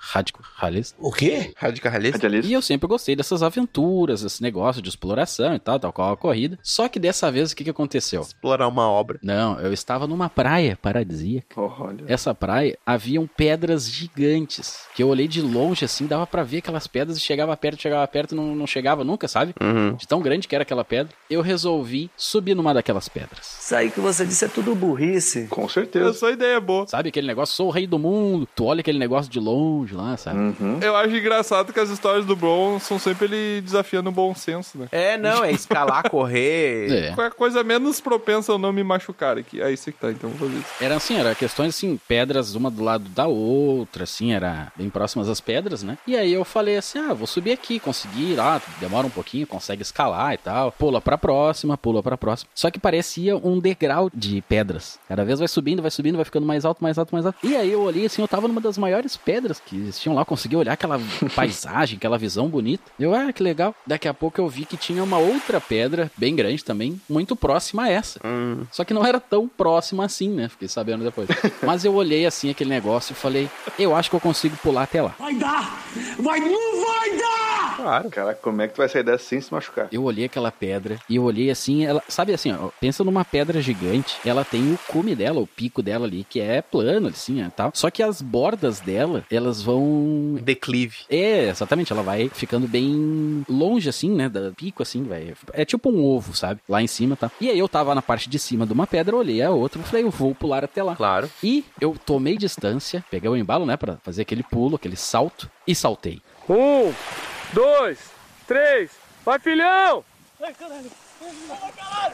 O quê? Radicalista? E eu sempre gostei dessas aventuras, esse negócio de exploração e tal qual a corrida. Só que dessa vez, o que aconteceu? Explorar uma obra. Não, eu estava numa praia paradisíaca. Olha. Essa praia, haviam pedras gigantes, que eu olhei de longe, assim, dava pra ver aquelas pedras e chegava perto, não chegava nunca, sabe? Uhum. De tão grande que era aquela pedra. Eu resolvi subir numa daquelas pedras. Isso aí que você disse é tudo burrice. Com certeza. Essa ideia é boa. Sabe aquele negócio, sou o rei do mundo, tu olha aquele negócio de longe lá, sabe? Uhum. Eu acho engraçado que as histórias do Bron são sempre ele desafiando o bom senso, né? É escalar, correr. Qual é a coisa menos propensa a eu não me machucar aqui? Aí você que tá, então vou fazer isso. Era questões assim, pedras uma do lado da outra, assim, era bem próximas às pedras, né? E aí eu falei assim, vou subir aqui, consegui ir lá, demora um pouquinho, consegue escalar e tal, pula pra próxima. Só que parecia um degrau de pedras. Cada vez vai subindo, vai ficando mais alto. E aí eu olhei assim, eu tava numa das maiores pedras que existiam lá, eu consegui olhar aquela paisagem, aquela visão bonita. Eu, que legal. Daqui a pouco eu vi que tinha uma outra pedra, bem grande também, muito próxima a essa. Só que não era tão próxima assim, né? Fiquei sabendo depois. Mas eu olhei assim aquele negócio e falei, eu acho que eu consigo pular até lá. Vai dar! Não vai dar! Claro. Cara, como é que tu vai sair dessa sem se machucar? Eu olhei aquela pedra e eu olhei assim, ela, sabe assim, ó, pensa numa pedra gigante, ela tem o cume dela, o pico dela ali, que é plano, assim, tal. Só que as bordas dela, elas vão... declive. Exatamente, ela vai ficando bem longe, assim, né, do pico, assim, vai... É tipo um ovo, sabe? Lá em cima, tá? E aí eu tava na parte de cima de uma pedra, olhei a outra, falei, eu vou pular até lá. Claro. E eu tomei distância, peguei o embalo, né, pra fazer aquele pulo, aquele salto, e saltei. 1, 2, 3, vai, filhão! Vai, caralho! Vai, caralho!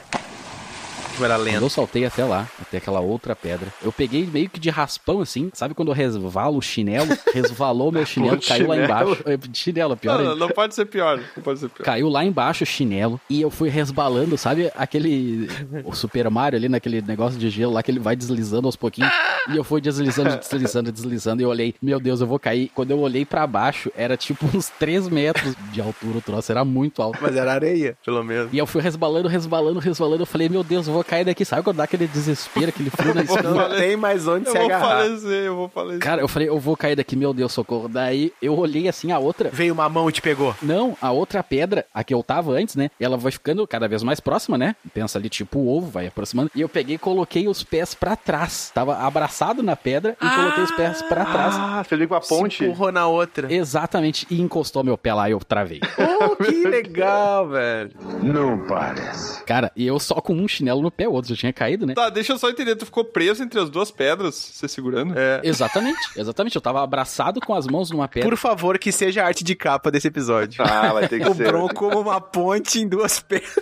Era lento. Quando eu saltei até lá, até aquela outra pedra, eu peguei meio que de raspão, assim, sabe quando eu resvalo o chinelo? Resvalou meu chinelo, caiu lá embaixo. Chinelo, pior ainda. Não pode ser pior, não pode ser pior. Caiu lá embaixo o chinelo e eu fui resbalando, sabe aquele... O Super Mario ali, naquele negócio de gelo lá, que ele vai deslizando aos pouquinhos. E eu fui deslizando e eu olhei, meu Deus, eu vou cair. Quando eu olhei pra baixo, era tipo uns 3 metros de altura o troço, era muito alto. Mas era areia, pelo menos. E eu fui resbalando, eu falei, meu Deus, eu vou cair daqui, sabe quando dá aquele desespero, aquele frio na espinha? Não tem mais onde se agarrar. Eu vou falecer. Cara, eu falei, eu vou cair daqui, meu Deus, socorro. Daí eu olhei assim, a outra... Veio uma mão e te pegou? Não, a outra pedra, a que eu tava antes, né? Ela vai ficando cada vez mais próxima, né? Pensa ali, tipo o ovo, vai aproximando. E eu peguei e coloquei os pés pra trás. Tava abraçado na pedra e coloquei os pés pra trás. Você veio com a ponte? Se empurrou na outra. Exatamente. E encostou meu pé lá e eu travei. Oh, que legal, velho. Não parece. Cara, e eu só com um chinelo no pé, o outro já tinha caído, né? Tá, deixa eu só entender. Tu ficou preso entre as duas pedras, você segurando? Exatamente. Eu tava abraçado com as mãos numa pedra. Por favor, que seja a arte de capa desse episódio. Vai ter que ser. O Bron como uma ponte em duas pedras.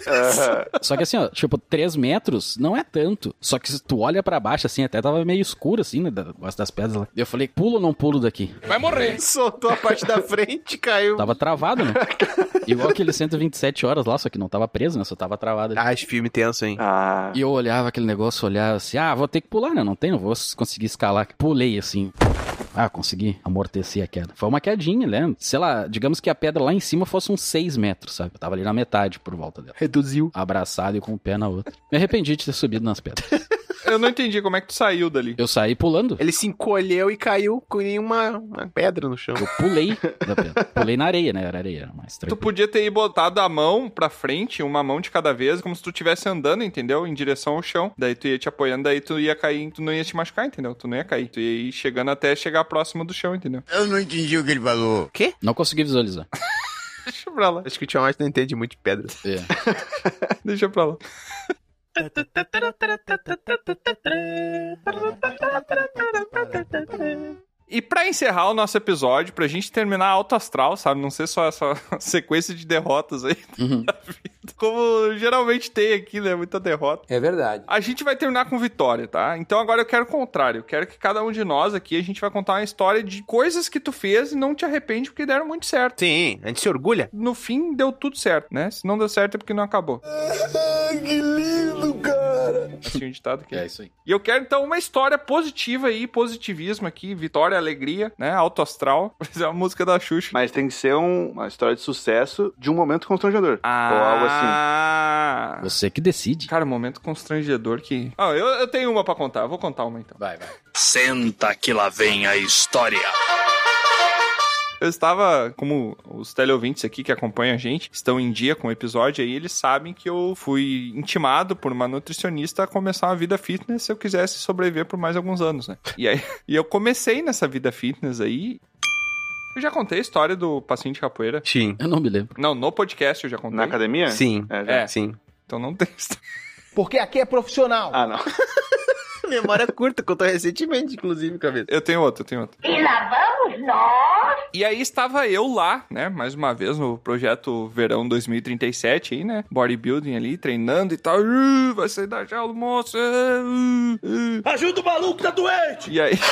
Só que assim, ó, tipo, 3 metros não é tanto. Só que se tu olha pra baixo, assim, até tava meio escuro, assim, né, das pedras lá. Eu falei, pulo ou não pulo daqui? Vai morrer. Soltou a parte da frente e caiu. Tava travado, né? Igual aquele 127 horas lá, só que não tava preso, né? Só tava travado ali. Esse filme tenso, hein? E eu olhava aquele negócio, olhava assim, vou ter que pular, né? Não vou conseguir escalar. Pulei, assim. Consegui amortecer a queda. Foi uma quedinha, né? Sei lá, digamos que a pedra lá em cima fosse uns 6 metros, sabe? Eu tava ali na metade por volta dela. Reduziu. Abraçado e com o pé na outra. Me arrependi de ter subido nas pedras. Eu não entendi como é que tu saiu dali. Eu saí pulando. Ele se encolheu e caiu com uma pedra no chão. Eu pulei da pedra. Pulei na areia, né? Era areia, mais tranquilo. Tu podia ter botado a mão pra frente, uma mão de cada vez, como se tu estivesse andando, entendeu? Em direção ao chão. Daí tu ia te apoiando, daí tu ia cair, tu não ia te machucar, entendeu? Tu não ia cair. Tu ia ir chegando até chegar próximo do chão, entendeu? Eu não entendi o que ele falou. Quê? Não consegui visualizar. Deixa pra lá. Acho que o Tiamat não entende muito de pedras. Deixa pra lá. E pra encerrar o nosso episódio, pra gente terminar alto astral, sabe? Não ser só essa sequência de derrotas aí da vida. Como geralmente tem aqui, né? Muita derrota. É verdade. A gente vai terminar com vitória, tá? Então agora eu quero o contrário. Eu quero que cada um de nós aqui, a gente vai contar uma história de coisas que tu fez e não te arrepende porque deram muito certo. Sim, a gente se orgulha. No fim, deu tudo certo, né? Se não deu certo é porque não acabou. Que lindo, cara! Assim, o ditado aqui. É isso aí. E eu quero, então, uma história positiva aí, positivismo aqui, vitória, alegria, né? Alto astral. Por exemplo, a música da Xuxa. Mas tem que ser uma história de sucesso de um momento constrangedor. Ou algo assim. Você que decide. Cara, um momento constrangedor que... Eu tenho uma pra contar. Eu vou contar uma, então. Vai. Senta que lá vem a história. Eu estava, como os teleouvintes aqui que acompanham a gente estão em dia com o episódio aí, eles sabem que eu fui intimado por uma nutricionista a começar uma vida fitness se eu quisesse sobreviver por mais alguns anos, né? E eu comecei nessa vida fitness aí. Eu já contei a história do passinho de capoeira? Sim. Eu não me lembro. Não, no podcast eu já contei. Na academia? Sim. Sim. Então não tem história. Porque aqui é profissional. Não. Memória curta, contou recentemente, inclusive, cabeça. Eu tenho outro. E lá vamos nós! E aí estava eu lá, né, mais uma vez no projeto Verão 2037 aí, né, bodybuilding ali, treinando e tal, vai sair da jaula, moça, Ajuda o maluco, tá doente! E aí...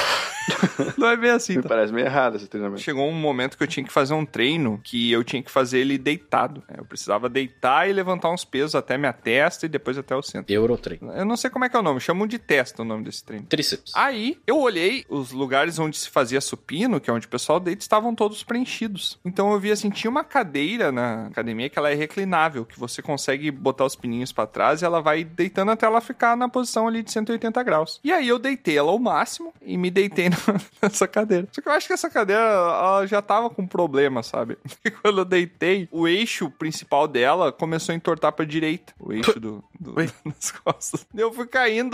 Não é bem assim, Me tá? parece meio errado esse treinamento. Chegou um momento que eu tinha que fazer um treino que eu tinha que fazer ele deitado. Eu precisava deitar e levantar uns pesos até minha testa e depois até o centro. Eurotreino. Eu não sei como é que é o nome, chamam de testa o nome desse treino. Tríceps. Aí, eu olhei os lugares onde se fazia supino, que é onde o pessoal deita, estavam todos preenchidos. Então eu vi assim, tinha uma cadeira na academia que ela é reclinável, que você consegue botar os pininhos pra trás e ela vai deitando até ela ficar na posição ali de 180 graus. E aí eu deitei ela ao máximo e me deitei nessa cadeira. Só que eu acho que essa cadeira, ela já tava com problema, sabe? Porque quando eu deitei, o eixo principal dela começou a entortar pra direita. O eixo das costas. Eu fui caindo...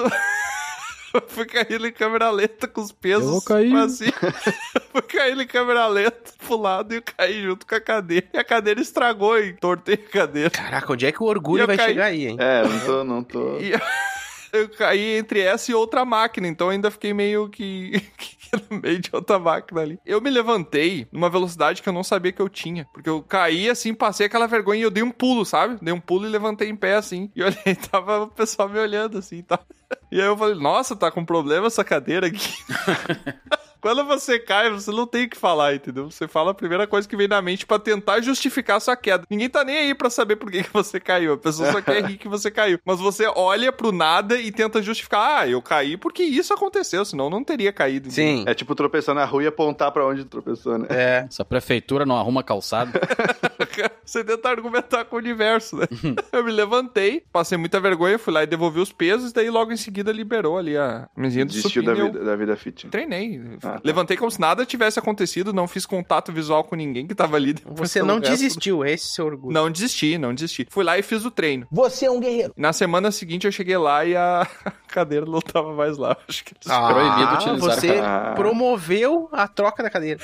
Eu fui caindo em câmera lenta com os pesos. Eu vou cair. Assim. Eu fui caindo em câmera lenta pro lado e eu caí junto com a cadeira. E a cadeira estragou e tortei a cadeira. Caraca, onde é que o orgulho vai chegar aí, hein? É, não tô. E eu caí entre essa e outra máquina, então ainda fiquei meio que no meio de outra máquina ali. Eu me levantei numa velocidade que eu não sabia que eu tinha. Porque eu caí assim, passei aquela vergonha e eu dei um pulo, sabe? Dei um pulo e levantei em pé assim. E olhei, tava o pessoal me olhando assim, tá? E aí eu falei, nossa, tá com problema essa cadeira aqui. Quando você cai, você não tem o que falar, entendeu? Você fala a primeira coisa que vem na mente pra tentar justificar a sua queda. Ninguém tá nem aí pra saber por que você caiu. A pessoa só quer rir que você caiu. Mas você olha pro nada e tenta justificar. Ah, eu caí porque isso aconteceu, senão eu não teria caído. Sim. É tipo tropeçar na rua e apontar pra onde tropeçou, né? É. Essa prefeitura não arruma calçado. Você tenta argumentar com o universo, né? Eu me levantei, passei muita vergonha, fui lá e devolvi os pesos, daí logo em seguida liberou ali a mesinha do Desistiu supino. da vida fit. Treinei. Levantei como se nada tivesse acontecido, não fiz contato visual com ninguém que tava ali. Você não desistiu, esse é o seu orgulho. Não desisti. Fui lá e fiz o treino. Você é um guerreiro. Na semana seguinte eu cheguei lá e a cadeira não tava mais lá. Acho que proibido utilizar. Você promoveu a troca da cadeira.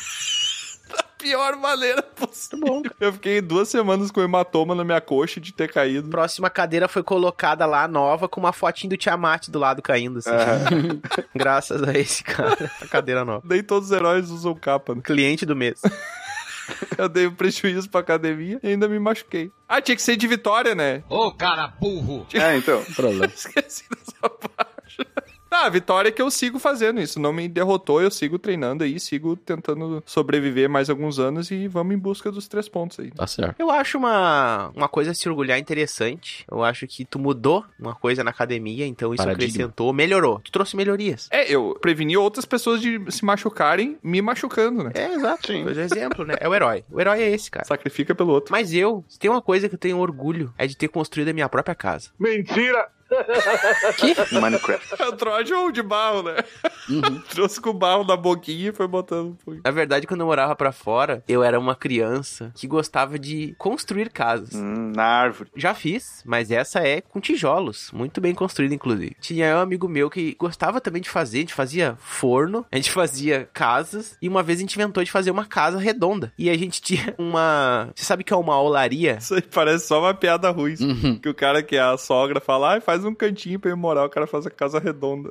Pior maneira possível. Muito bom. Eu fiquei 2 semanas com hematoma na minha coxa de ter caído. Próxima cadeira foi colocada lá, nova, com uma fotinho do Tiamat do lado caindo, assim. Graças a esse cara, a cadeira nova. Nem todos os heróis usam capa, né? Cliente do mês. Eu dei um prejuízo pra academia e ainda me machuquei. Ah, tinha que ser de Vitória, né? Ô, cara burro! Então. Problema. Esqueci dessa parte. Ah, a Vitória é que eu sigo fazendo isso. Não me derrotou, eu sigo treinando aí, sigo tentando sobreviver mais alguns anos e vamos em busca dos 3 pontos aí. Tá certo. Eu acho uma coisa a se orgulhar interessante. Eu acho que tu mudou uma coisa na academia, então isso acrescentou, melhorou. Tu trouxe melhorias. Eu preveni outras pessoas de se machucarem me machucando, né? É, exato. Sim. Por exemplo, né? É o herói. O herói é esse, cara. Sacrifica pelo outro. Mas se tem uma coisa que eu tenho orgulho, é de ter construído a minha própria casa. Mentira! Que? Minecraft. É o Trojan de barro, né? Trouxe com barro na boquinha e foi botando. Na verdade, quando eu morava pra fora, eu era uma criança que gostava de construir casas. Na árvore. Já fiz, mas essa é com tijolos. Muito bem construída, inclusive. Tinha um amigo meu que gostava também de fazer. A gente fazia forno, a gente fazia casas. E uma vez a gente inventou de fazer uma casa redonda. E a gente tinha uma... Você sabe que é uma olaria? Isso aí parece só uma piada ruim. Que o cara que é a sogra fala, faz um cantinho pra eu morar, o cara faz a casa redonda.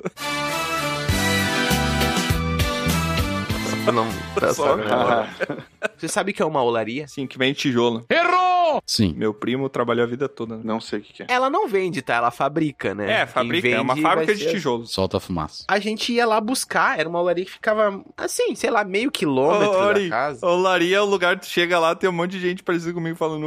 Não, tá só. Você sabe que é uma olaria? Sim, que vem tijolo. Errou! Sim. Meu primo trabalhou a vida toda. Né? Não sei o que é. Ela não vende, tá? Ela fabrica, né? É, fabrica. Vende, é uma fábrica de tijolos. Solta a fumaça. A gente ia lá buscar. Era uma olaria que ficava, assim, sei lá, meio quilômetro da casa. Olaria é o lugar que tu chega lá, tem um monte de gente parecida comigo falando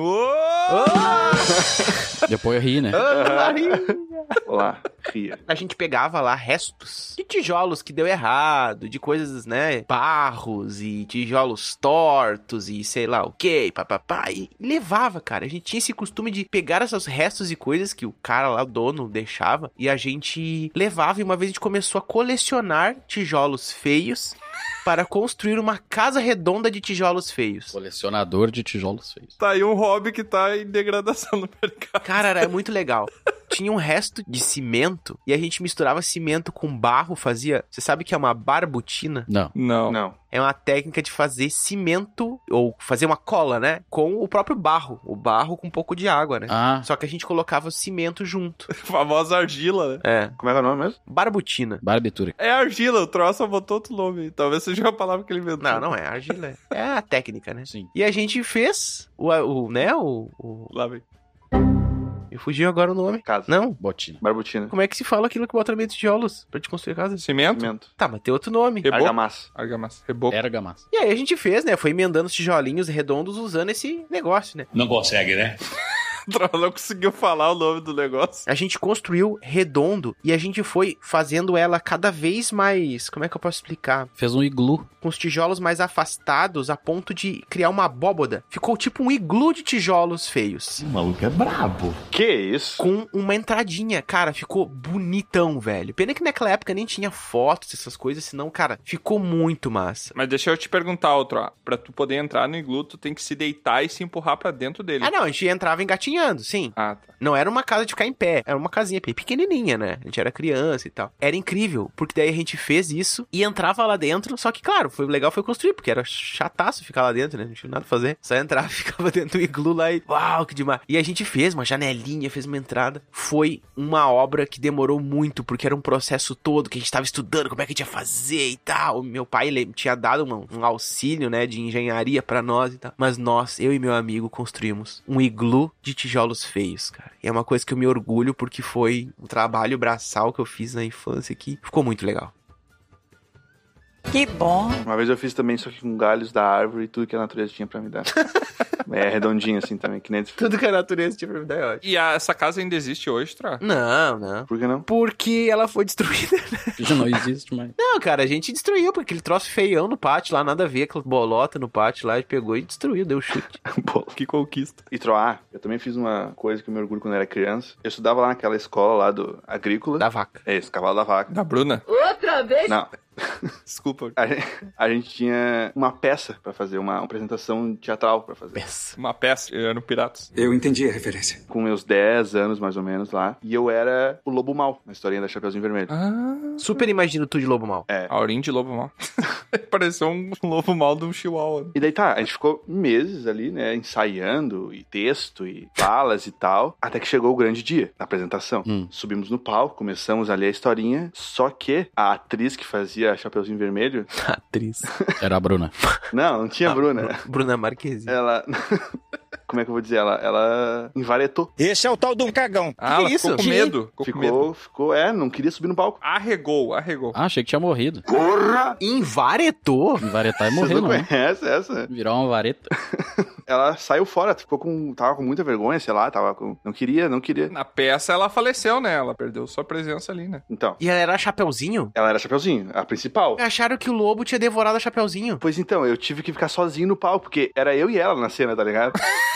Depois ri, né? Olá, ria. A gente pegava lá restos de tijolos que deu errado, de coisas, né? Barros e tijolos tortos e sei lá o que, papapá. E levava, cara. A gente tinha esse costume de pegar esses restos e coisas que o cara lá, o dono, deixava. E a gente levava. E uma vez a gente começou a colecionar tijolos feios para construir uma casa redonda de tijolos feios. Colecionador de tijolos feios. Tá aí um hobby que tá em degradação no mercado. Cara, era muito legal. Tinha um resto de cimento e a gente misturava cimento com barro, fazia... Você sabe que é uma barbutina? Não. É uma técnica de fazer cimento, ou fazer uma cola, né? Com o próprio barro. O barro com um pouco de água, né? Só que a gente colocava o cimento junto. A famosa argila, né? É. Como é que é o nome mesmo? Barbutina. Barbitura. É argila, o troço só botou outro nome. Talvez seja uma palavra que ele inventou. Não é argila. É a técnica, né? Sim. E a gente fez Lá vem. Me fugiu agora o nome. Casa. Não? Botina. Barbotina. Como é que se fala aquilo que bota no meio de tijolos pra te construir a casa? Cimento? Tá, mas tem outro nome. Argamassa. Reboco. Argamassa. E aí a gente fez, né? Foi emendando os tijolinhos redondos usando esse negócio, né? Não consegue, né? Não conseguiu falar o nome do negócio. A gente construiu redondo e a gente foi fazendo ela cada vez mais... Como é que eu posso explicar? Fez um iglu. Com os tijolos mais afastados a ponto de criar uma abóboda. Ficou tipo um iglu de tijolos feios. O maluco é brabo. Que isso? Com uma entradinha. Cara, ficou bonitão, velho. Pena que naquela época nem tinha fotos, essas coisas, senão, cara, ficou muito massa. Mas deixa eu te perguntar outro, ó. Pra tu poder entrar no iglu, tu tem que se deitar e se empurrar pra dentro dele. Ah, não, a gente entrava engatinhando, sim. Ah, tá. Não era uma casa de ficar em pé, era uma casinha pequenininha, né? A gente era criança e tal. Era incrível, porque daí a gente fez isso e entrava lá dentro, só que, claro, foi legal foi construir, porque era chataço ficar lá dentro, né? Não tinha nada a fazer. Só entrava, ficava dentro do iglu lá e... Uau, que demais! E a gente fez uma janelinha, fez uma entrada. Foi uma obra que demorou muito, porque era um processo todo que a gente tava estudando como é que a gente ia fazer e tal. Meu pai, ele tinha dado um auxílio, né, de engenharia pra nós e tal. Mas nós, eu e meu amigo, construímos um iglu de tijolos feios, cara. E é uma coisa que eu me orgulho, porque foi um trabalho braçal que eu fiz na infância que ficou muito legal. Que bom. Uma vez eu fiz também, só que com galhos da árvore e tudo que a natureza tinha pra me dar. É redondinho assim também, que nem... Tudo que a natureza tinha pra me dar é ótimo. E essa casa ainda existe hoje, Tra? Não. Por que não? Porque ela foi destruída, né? Já não existe mais. Não, cara, a gente destruiu, porque aquele troço feião no pátio lá, nada a ver, aquela bolota no pátio lá, a gente pegou e destruiu, deu chute. Pô, que conquista. E Troá, eu também fiz uma coisa que eu me orgulho quando eu era criança. Eu estudava lá naquela escola lá do agrícola. Da vaca. É isso, cavalo da vaca. Da Bruna? Outra vez? Não. Desculpa. A gente tinha uma peça pra fazer, uma apresentação teatral pra fazer. Uma peça, eu era no Piratas. Eu entendi a referência. Com meus 10 anos, mais ou menos, lá. E eu era o Lobo Mau, na historinha da Chapeuzinho Vermelho. Super imagino tu de Lobo Mau. É. Aurim de Lobo Mau. Pareceu um Lobo Mau de um chihuahua. E daí tá, a gente ficou meses ali, né, ensaiando, e texto, e falas e tal, até que chegou o grande dia, da apresentação. Subimos no palco, começamos ali a historinha, só que a atriz que fazia Chapeuzinho Vermelho... Atriz. Era a Bruna. Não tinha Bruna. Bruna Marquezine. Ela... Como é que eu vou dizer? Ela invaretou. Esse é o tal do cagão. Ah, ela ficou com medo. Ficou, não queria subir no palco. Arregou. Ah, achei que tinha morrido. Porra! Invaretou? Invaretar é morrer, Você não é? conhece essa? Virar uma vareta. Ela saiu fora, tava com muita vergonha, sei lá, não queria. Na peça ela faleceu, né? Ela perdeu sua presença ali, né? Então. E ela era Chapeuzinho? Ela era Chapeuzinho, a principal. Acharam que o lobo tinha devorado a Chapeuzinho. Pois então, eu tive que ficar sozinho no palco, porque era eu e ela na cena, tá ligado?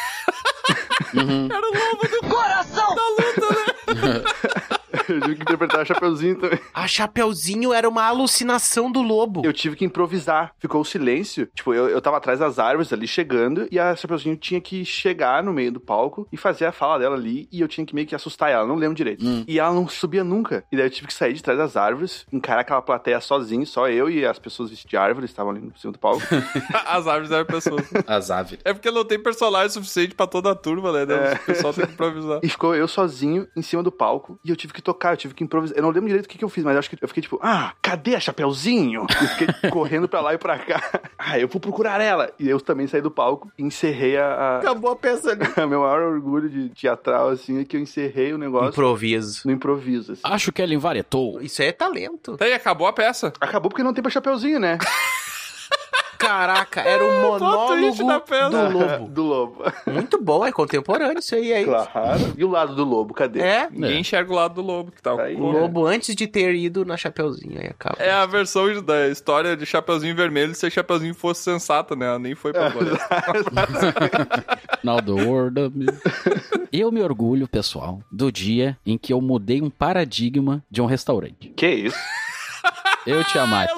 Era o lobo do coração da luta, né? Eu tive que interpretar a Chapeuzinho também. A Chapeuzinho era uma alucinação do lobo. Eu tive que improvisar. Ficou o silêncio. Tipo, eu tava atrás das árvores ali, chegando, e a Chapeuzinho tinha que chegar no meio do palco e fazer a fala dela ali, e eu tinha que meio que assustar ela, não lembro direito. E ela não subia nunca. E daí eu tive que sair de trás das árvores, encarar aquela plateia sozinho, só eu e as pessoas vestidas de árvores estavam ali no cima do palco. As árvores eram pessoas. As aves. É porque não tem personagem suficiente pra toda a turma, né? O pessoal tem que improvisar. E ficou eu sozinho em cima do palco, e eu tive que tocar, eu tive que improvisar. Eu não lembro direito o que eu fiz, mas acho que eu fiquei tipo, cadê a Chapeuzinho? E fiquei correndo pra lá e pra cá. Eu vou procurar ela. E eu também saí do palco e encerrei Acabou a peça ali. O meu maior orgulho de teatral, assim, é que eu encerrei o negócio. Improviso. No improviso, assim. Acho que ela invaretou. Isso aí é talento. Daí acabou a peça. Acabou porque não tem pra Chapeuzinho, né? Caraca, era o monólogo do lobo. Do lobo. Muito bom, é contemporâneo isso aí, é claro. E o lado do lobo, cadê? Ninguém enxerga o lado do lobo que tá aí, o lobo antes de ter ido na Chapeuzinho, aí acaba. É a versão da história de Chapeuzinho Vermelho se a Chapeuzinho fosse sensata, né? Ela nem foi pra floresta. Now the world of me. Eu me orgulho, pessoal, do dia em que eu mudei um paradigma de um restaurante. Que isso? Eu te amate.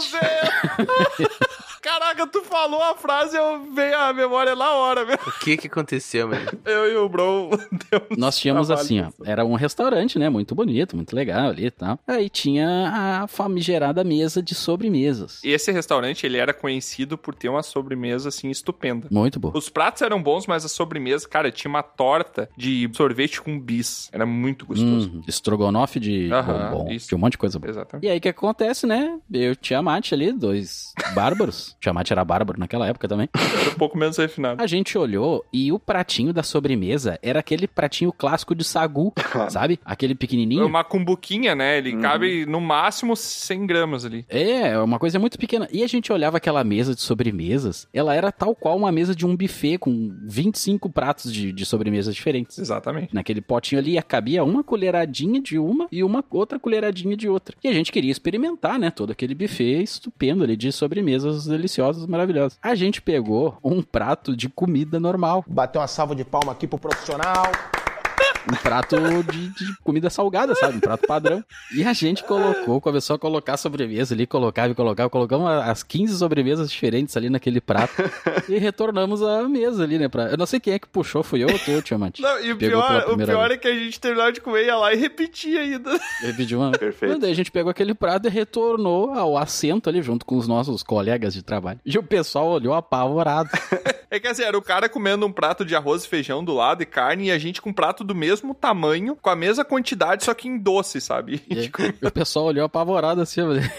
Caraca, tu falou a frase e eu veio a memória na hora, velho. O que aconteceu, mano? Eu e o Bro nós tínhamos assim, ó, era um restaurante, né, muito bonito, muito legal ali e tal. Aí tinha a famigerada mesa de sobremesas. E esse restaurante, ele era conhecido por ter uma sobremesa, assim, estupenda. Muito boa. Os pratos eram bons, mas a sobremesa, cara, tinha uma torta de sorvete com bis. Era muito gostoso. Estrogonofe de bombom. Tinha um monte de coisa boa. Exatamente. E aí, o que acontece, né? Eu e Tiamat ali, dois bárbaros. Tiamat Tiamat era bárbaro naquela época também. Era um pouco menos refinado. A gente olhou e o pratinho da sobremesa era aquele pratinho clássico de sagu, sabe? Aquele pequenininho. Uma cumbuquinha, né? Ele cabe no máximo 100 gramas ali. É, uma coisa muito pequena. E a gente olhava aquela mesa de sobremesas, ela era tal qual uma mesa de um buffet com 25 pratos de sobremesas diferentes. Exatamente. Naquele potinho ali cabia uma colheradinha de uma e uma outra colheradinha de outra. E a gente queria experimentar, né? Todo aquele buffet estupendo ali de sobremesas deliciosas, maravilhosas. A gente pegou um prato de comida normal. Bateu uma salva de palma aqui pro profissional. Um prato de comida salgada, sabe? Um prato padrão. E a gente começou a colocar sobremesa ali, colocamos as 15 sobremesas diferentes ali naquele prato e retornamos à mesa ali, né? Eu não sei quem é que puxou, fui eu ou tu, Tiamat? Não, e o pior é que a gente terminava de comer, ia lá e repetia ainda. Repetiu uma. Perfeito. Daí a gente pegou aquele prato e retornou ao assento ali junto com os nossos colegas de trabalho. E o pessoal olhou apavorado. É que assim, era o cara comendo um prato de arroz e feijão do lado e carne, e a gente com um prato do mesmo tamanho, com a mesma quantidade, só que em doce, sabe? E o pessoal olhou apavorado assim,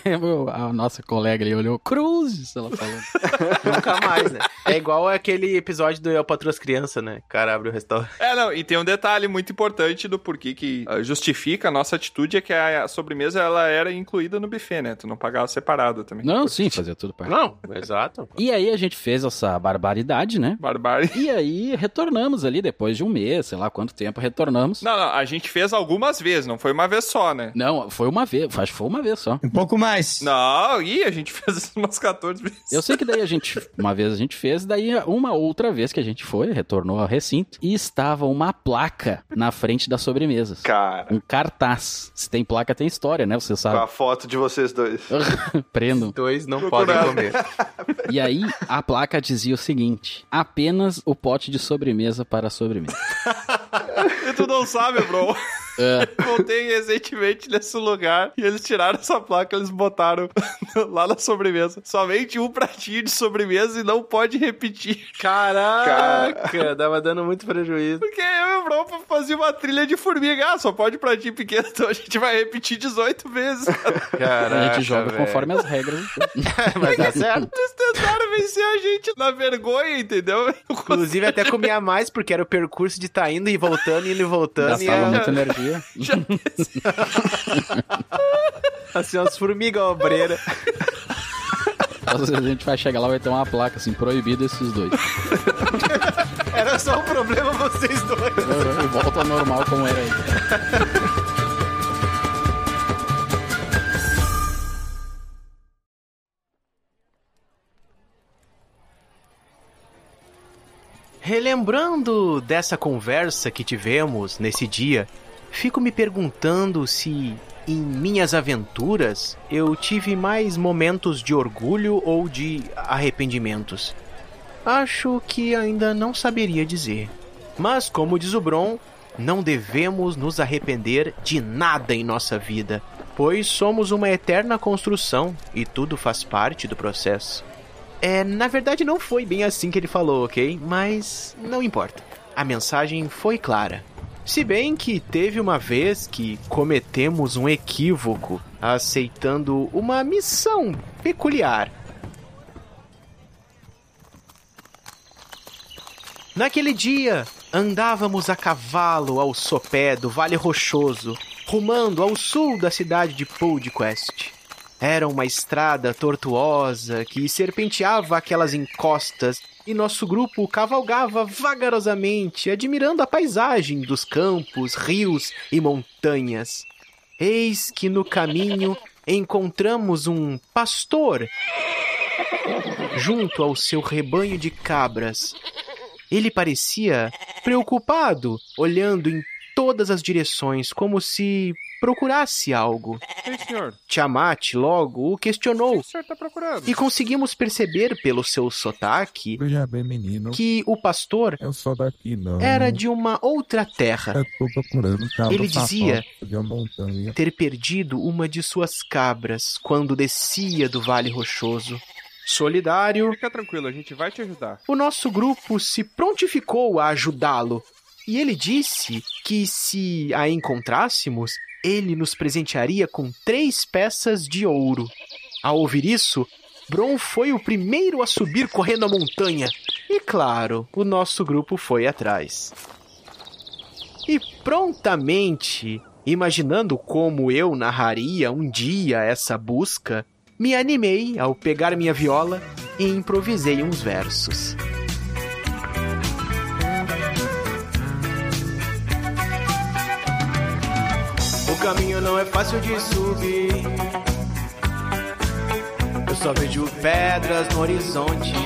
a nossa colega ali olhou, Cruzes, ela falou. Nunca mais, né? É igual aquele episódio do Eu Patroa as Crianças, né? O cara abre o restaurante. Não, e tem um detalhe muito importante do porquê que justifica a nossa atitude, é que a sobremesa, ela era incluída no buffet, né? Tu não pagava separado também. Não, sim, fazia tudo parte. Não, exato. E aí a gente fez essa barbaridade, né? E aí retornamos ali depois de um mês, sei lá quanto tempo retornamos. Não, a gente fez algumas vezes, não foi uma vez só, né? Não, foi uma vez, acho que foi uma vez só. Um pouco mais. Não, a gente fez umas 14 vezes. Eu sei que daí uma vez a gente fez, daí uma outra vez que a gente retornou ao recinto, e estava uma placa na frente das sobremesas. Cara. Um cartaz. Se tem placa, tem história, né? Você sabe. Com a foto de vocês dois. Prendam. Os dois não podem comer. E aí, a placa dizia o seguinte: apenas o pote de sobremesa para a sobremesa. E tu não sabe, bro. Voltei recentemente nesse lugar e eles tiraram essa placa, eles botaram lá na sobremesa. Somente um pratinho de sobremesa e não pode repetir. Caraca, tava dando muito prejuízo. Porque eu e o bro fazia uma trilha de formiga. Só pode pratinho pequeno, então a gente vai repetir 18 vezes. Caraca, a gente joga conforme as regras. Mas dá certo. Eles tentaram vencer a gente na vergonha, entendeu? Inclusive até comia mais, porque era o percurso de tá indo e voltando, indo e voltando. Gastava muita energia. Assim, umas formigas obreiras. Às vezes a gente vai chegar lá e vai ter uma placa assim, proibido esses dois. Era só um problema vocês dois. E volta ao normal como era aí. Relembrando dessa conversa que tivemos nesse dia, fico me perguntando se, em minhas aventuras, eu tive mais momentos de orgulho ou de arrependimentos. Acho que ainda não saberia dizer. Mas, como diz o Bron, não devemos nos arrepender de nada em nossa vida, pois somos uma eterna construção e tudo faz parte do processo. Na verdade não foi bem assim que ele falou, ok? Mas não importa. A mensagem foi clara. Se bem que teve uma vez que cometemos um equívoco aceitando uma missão peculiar. Naquele dia, andávamos a cavalo ao sopé do Vale Rochoso, rumando ao sul da cidade de Poldquest. Era uma estrada tortuosa que serpenteava aquelas encostas e nosso grupo cavalgava vagarosamente, admirando a paisagem dos campos, rios e montanhas. Eis que no caminho encontramos um pastor junto ao seu rebanho de cabras. Ele parecia preocupado, olhando em todas as direções, como se procurasse algo. Ei, senhor. Tiamat logo o questionou. O que o senhor tá procurando? E conseguimos perceber pelo seu sotaque Veja bem, menino, que o pastor eu sou daqui, não. era de uma outra terra. Eu tô procurando Ele dizia de uma montanha. ter perdido uma de suas cabras quando descia do Vale Rochoso. Solidário, Fica tranquilo, a gente vai te ajudar. o nosso grupo se prontificou a ajudá-lo. E ele disse que se a encontrássemos, ele nos presentearia com 3 peças de ouro. Ao ouvir isso, Bron foi o primeiro a subir correndo a montanha. E claro, o nosso grupo foi atrás. E prontamente, imaginando como eu narraria um dia essa busca, me animei ao pegar minha viola e improvisei uns versos. O caminho não é fácil de subir. Eu só vejo pedras no horizonte.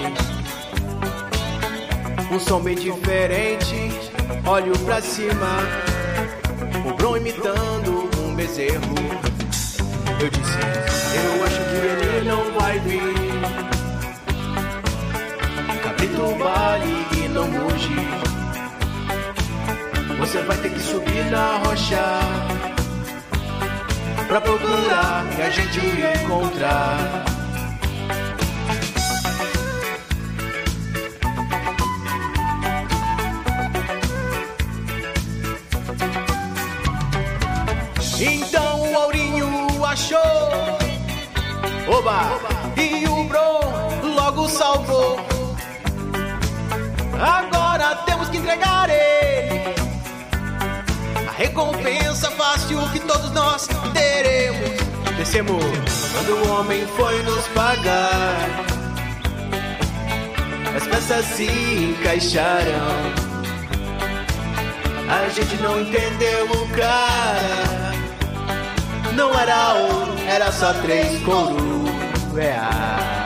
Um som bem diferente. Olho pra cima. O Bron imitando um bezerro. Eu disse, eu acho que ele não vai vir. Cabrito vale e não muge. Você vai ter que subir na rocha pra procurar e a gente o encontrar. Então o Aurinho achou, oba, e o Bron logo salvou. Agora temos que entregar ele a recompensa fácil que todos nós teremos. Descemos quando o homem foi nos pagar. As peças se encaixaram. A gente não entendeu o cara. Não era ouro, era só 3 coroas.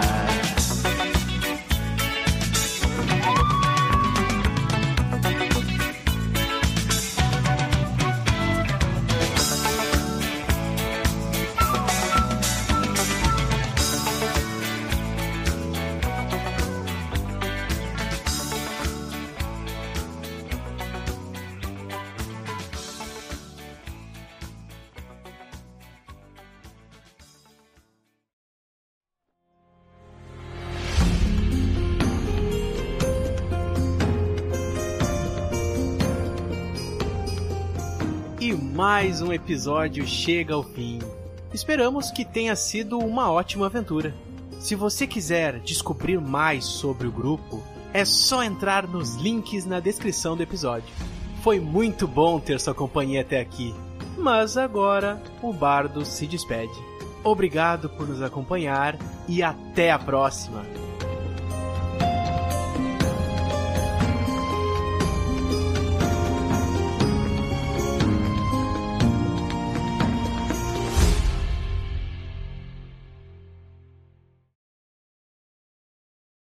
Mais um episódio chega ao fim. Esperamos que tenha sido uma ótima aventura. Se você quiser descobrir mais sobre o grupo, é só entrar nos links na descrição do episódio. Foi muito bom ter sua companhia até aqui, mas agora o Bardo se despede. Obrigado por nos acompanhar e até a próxima!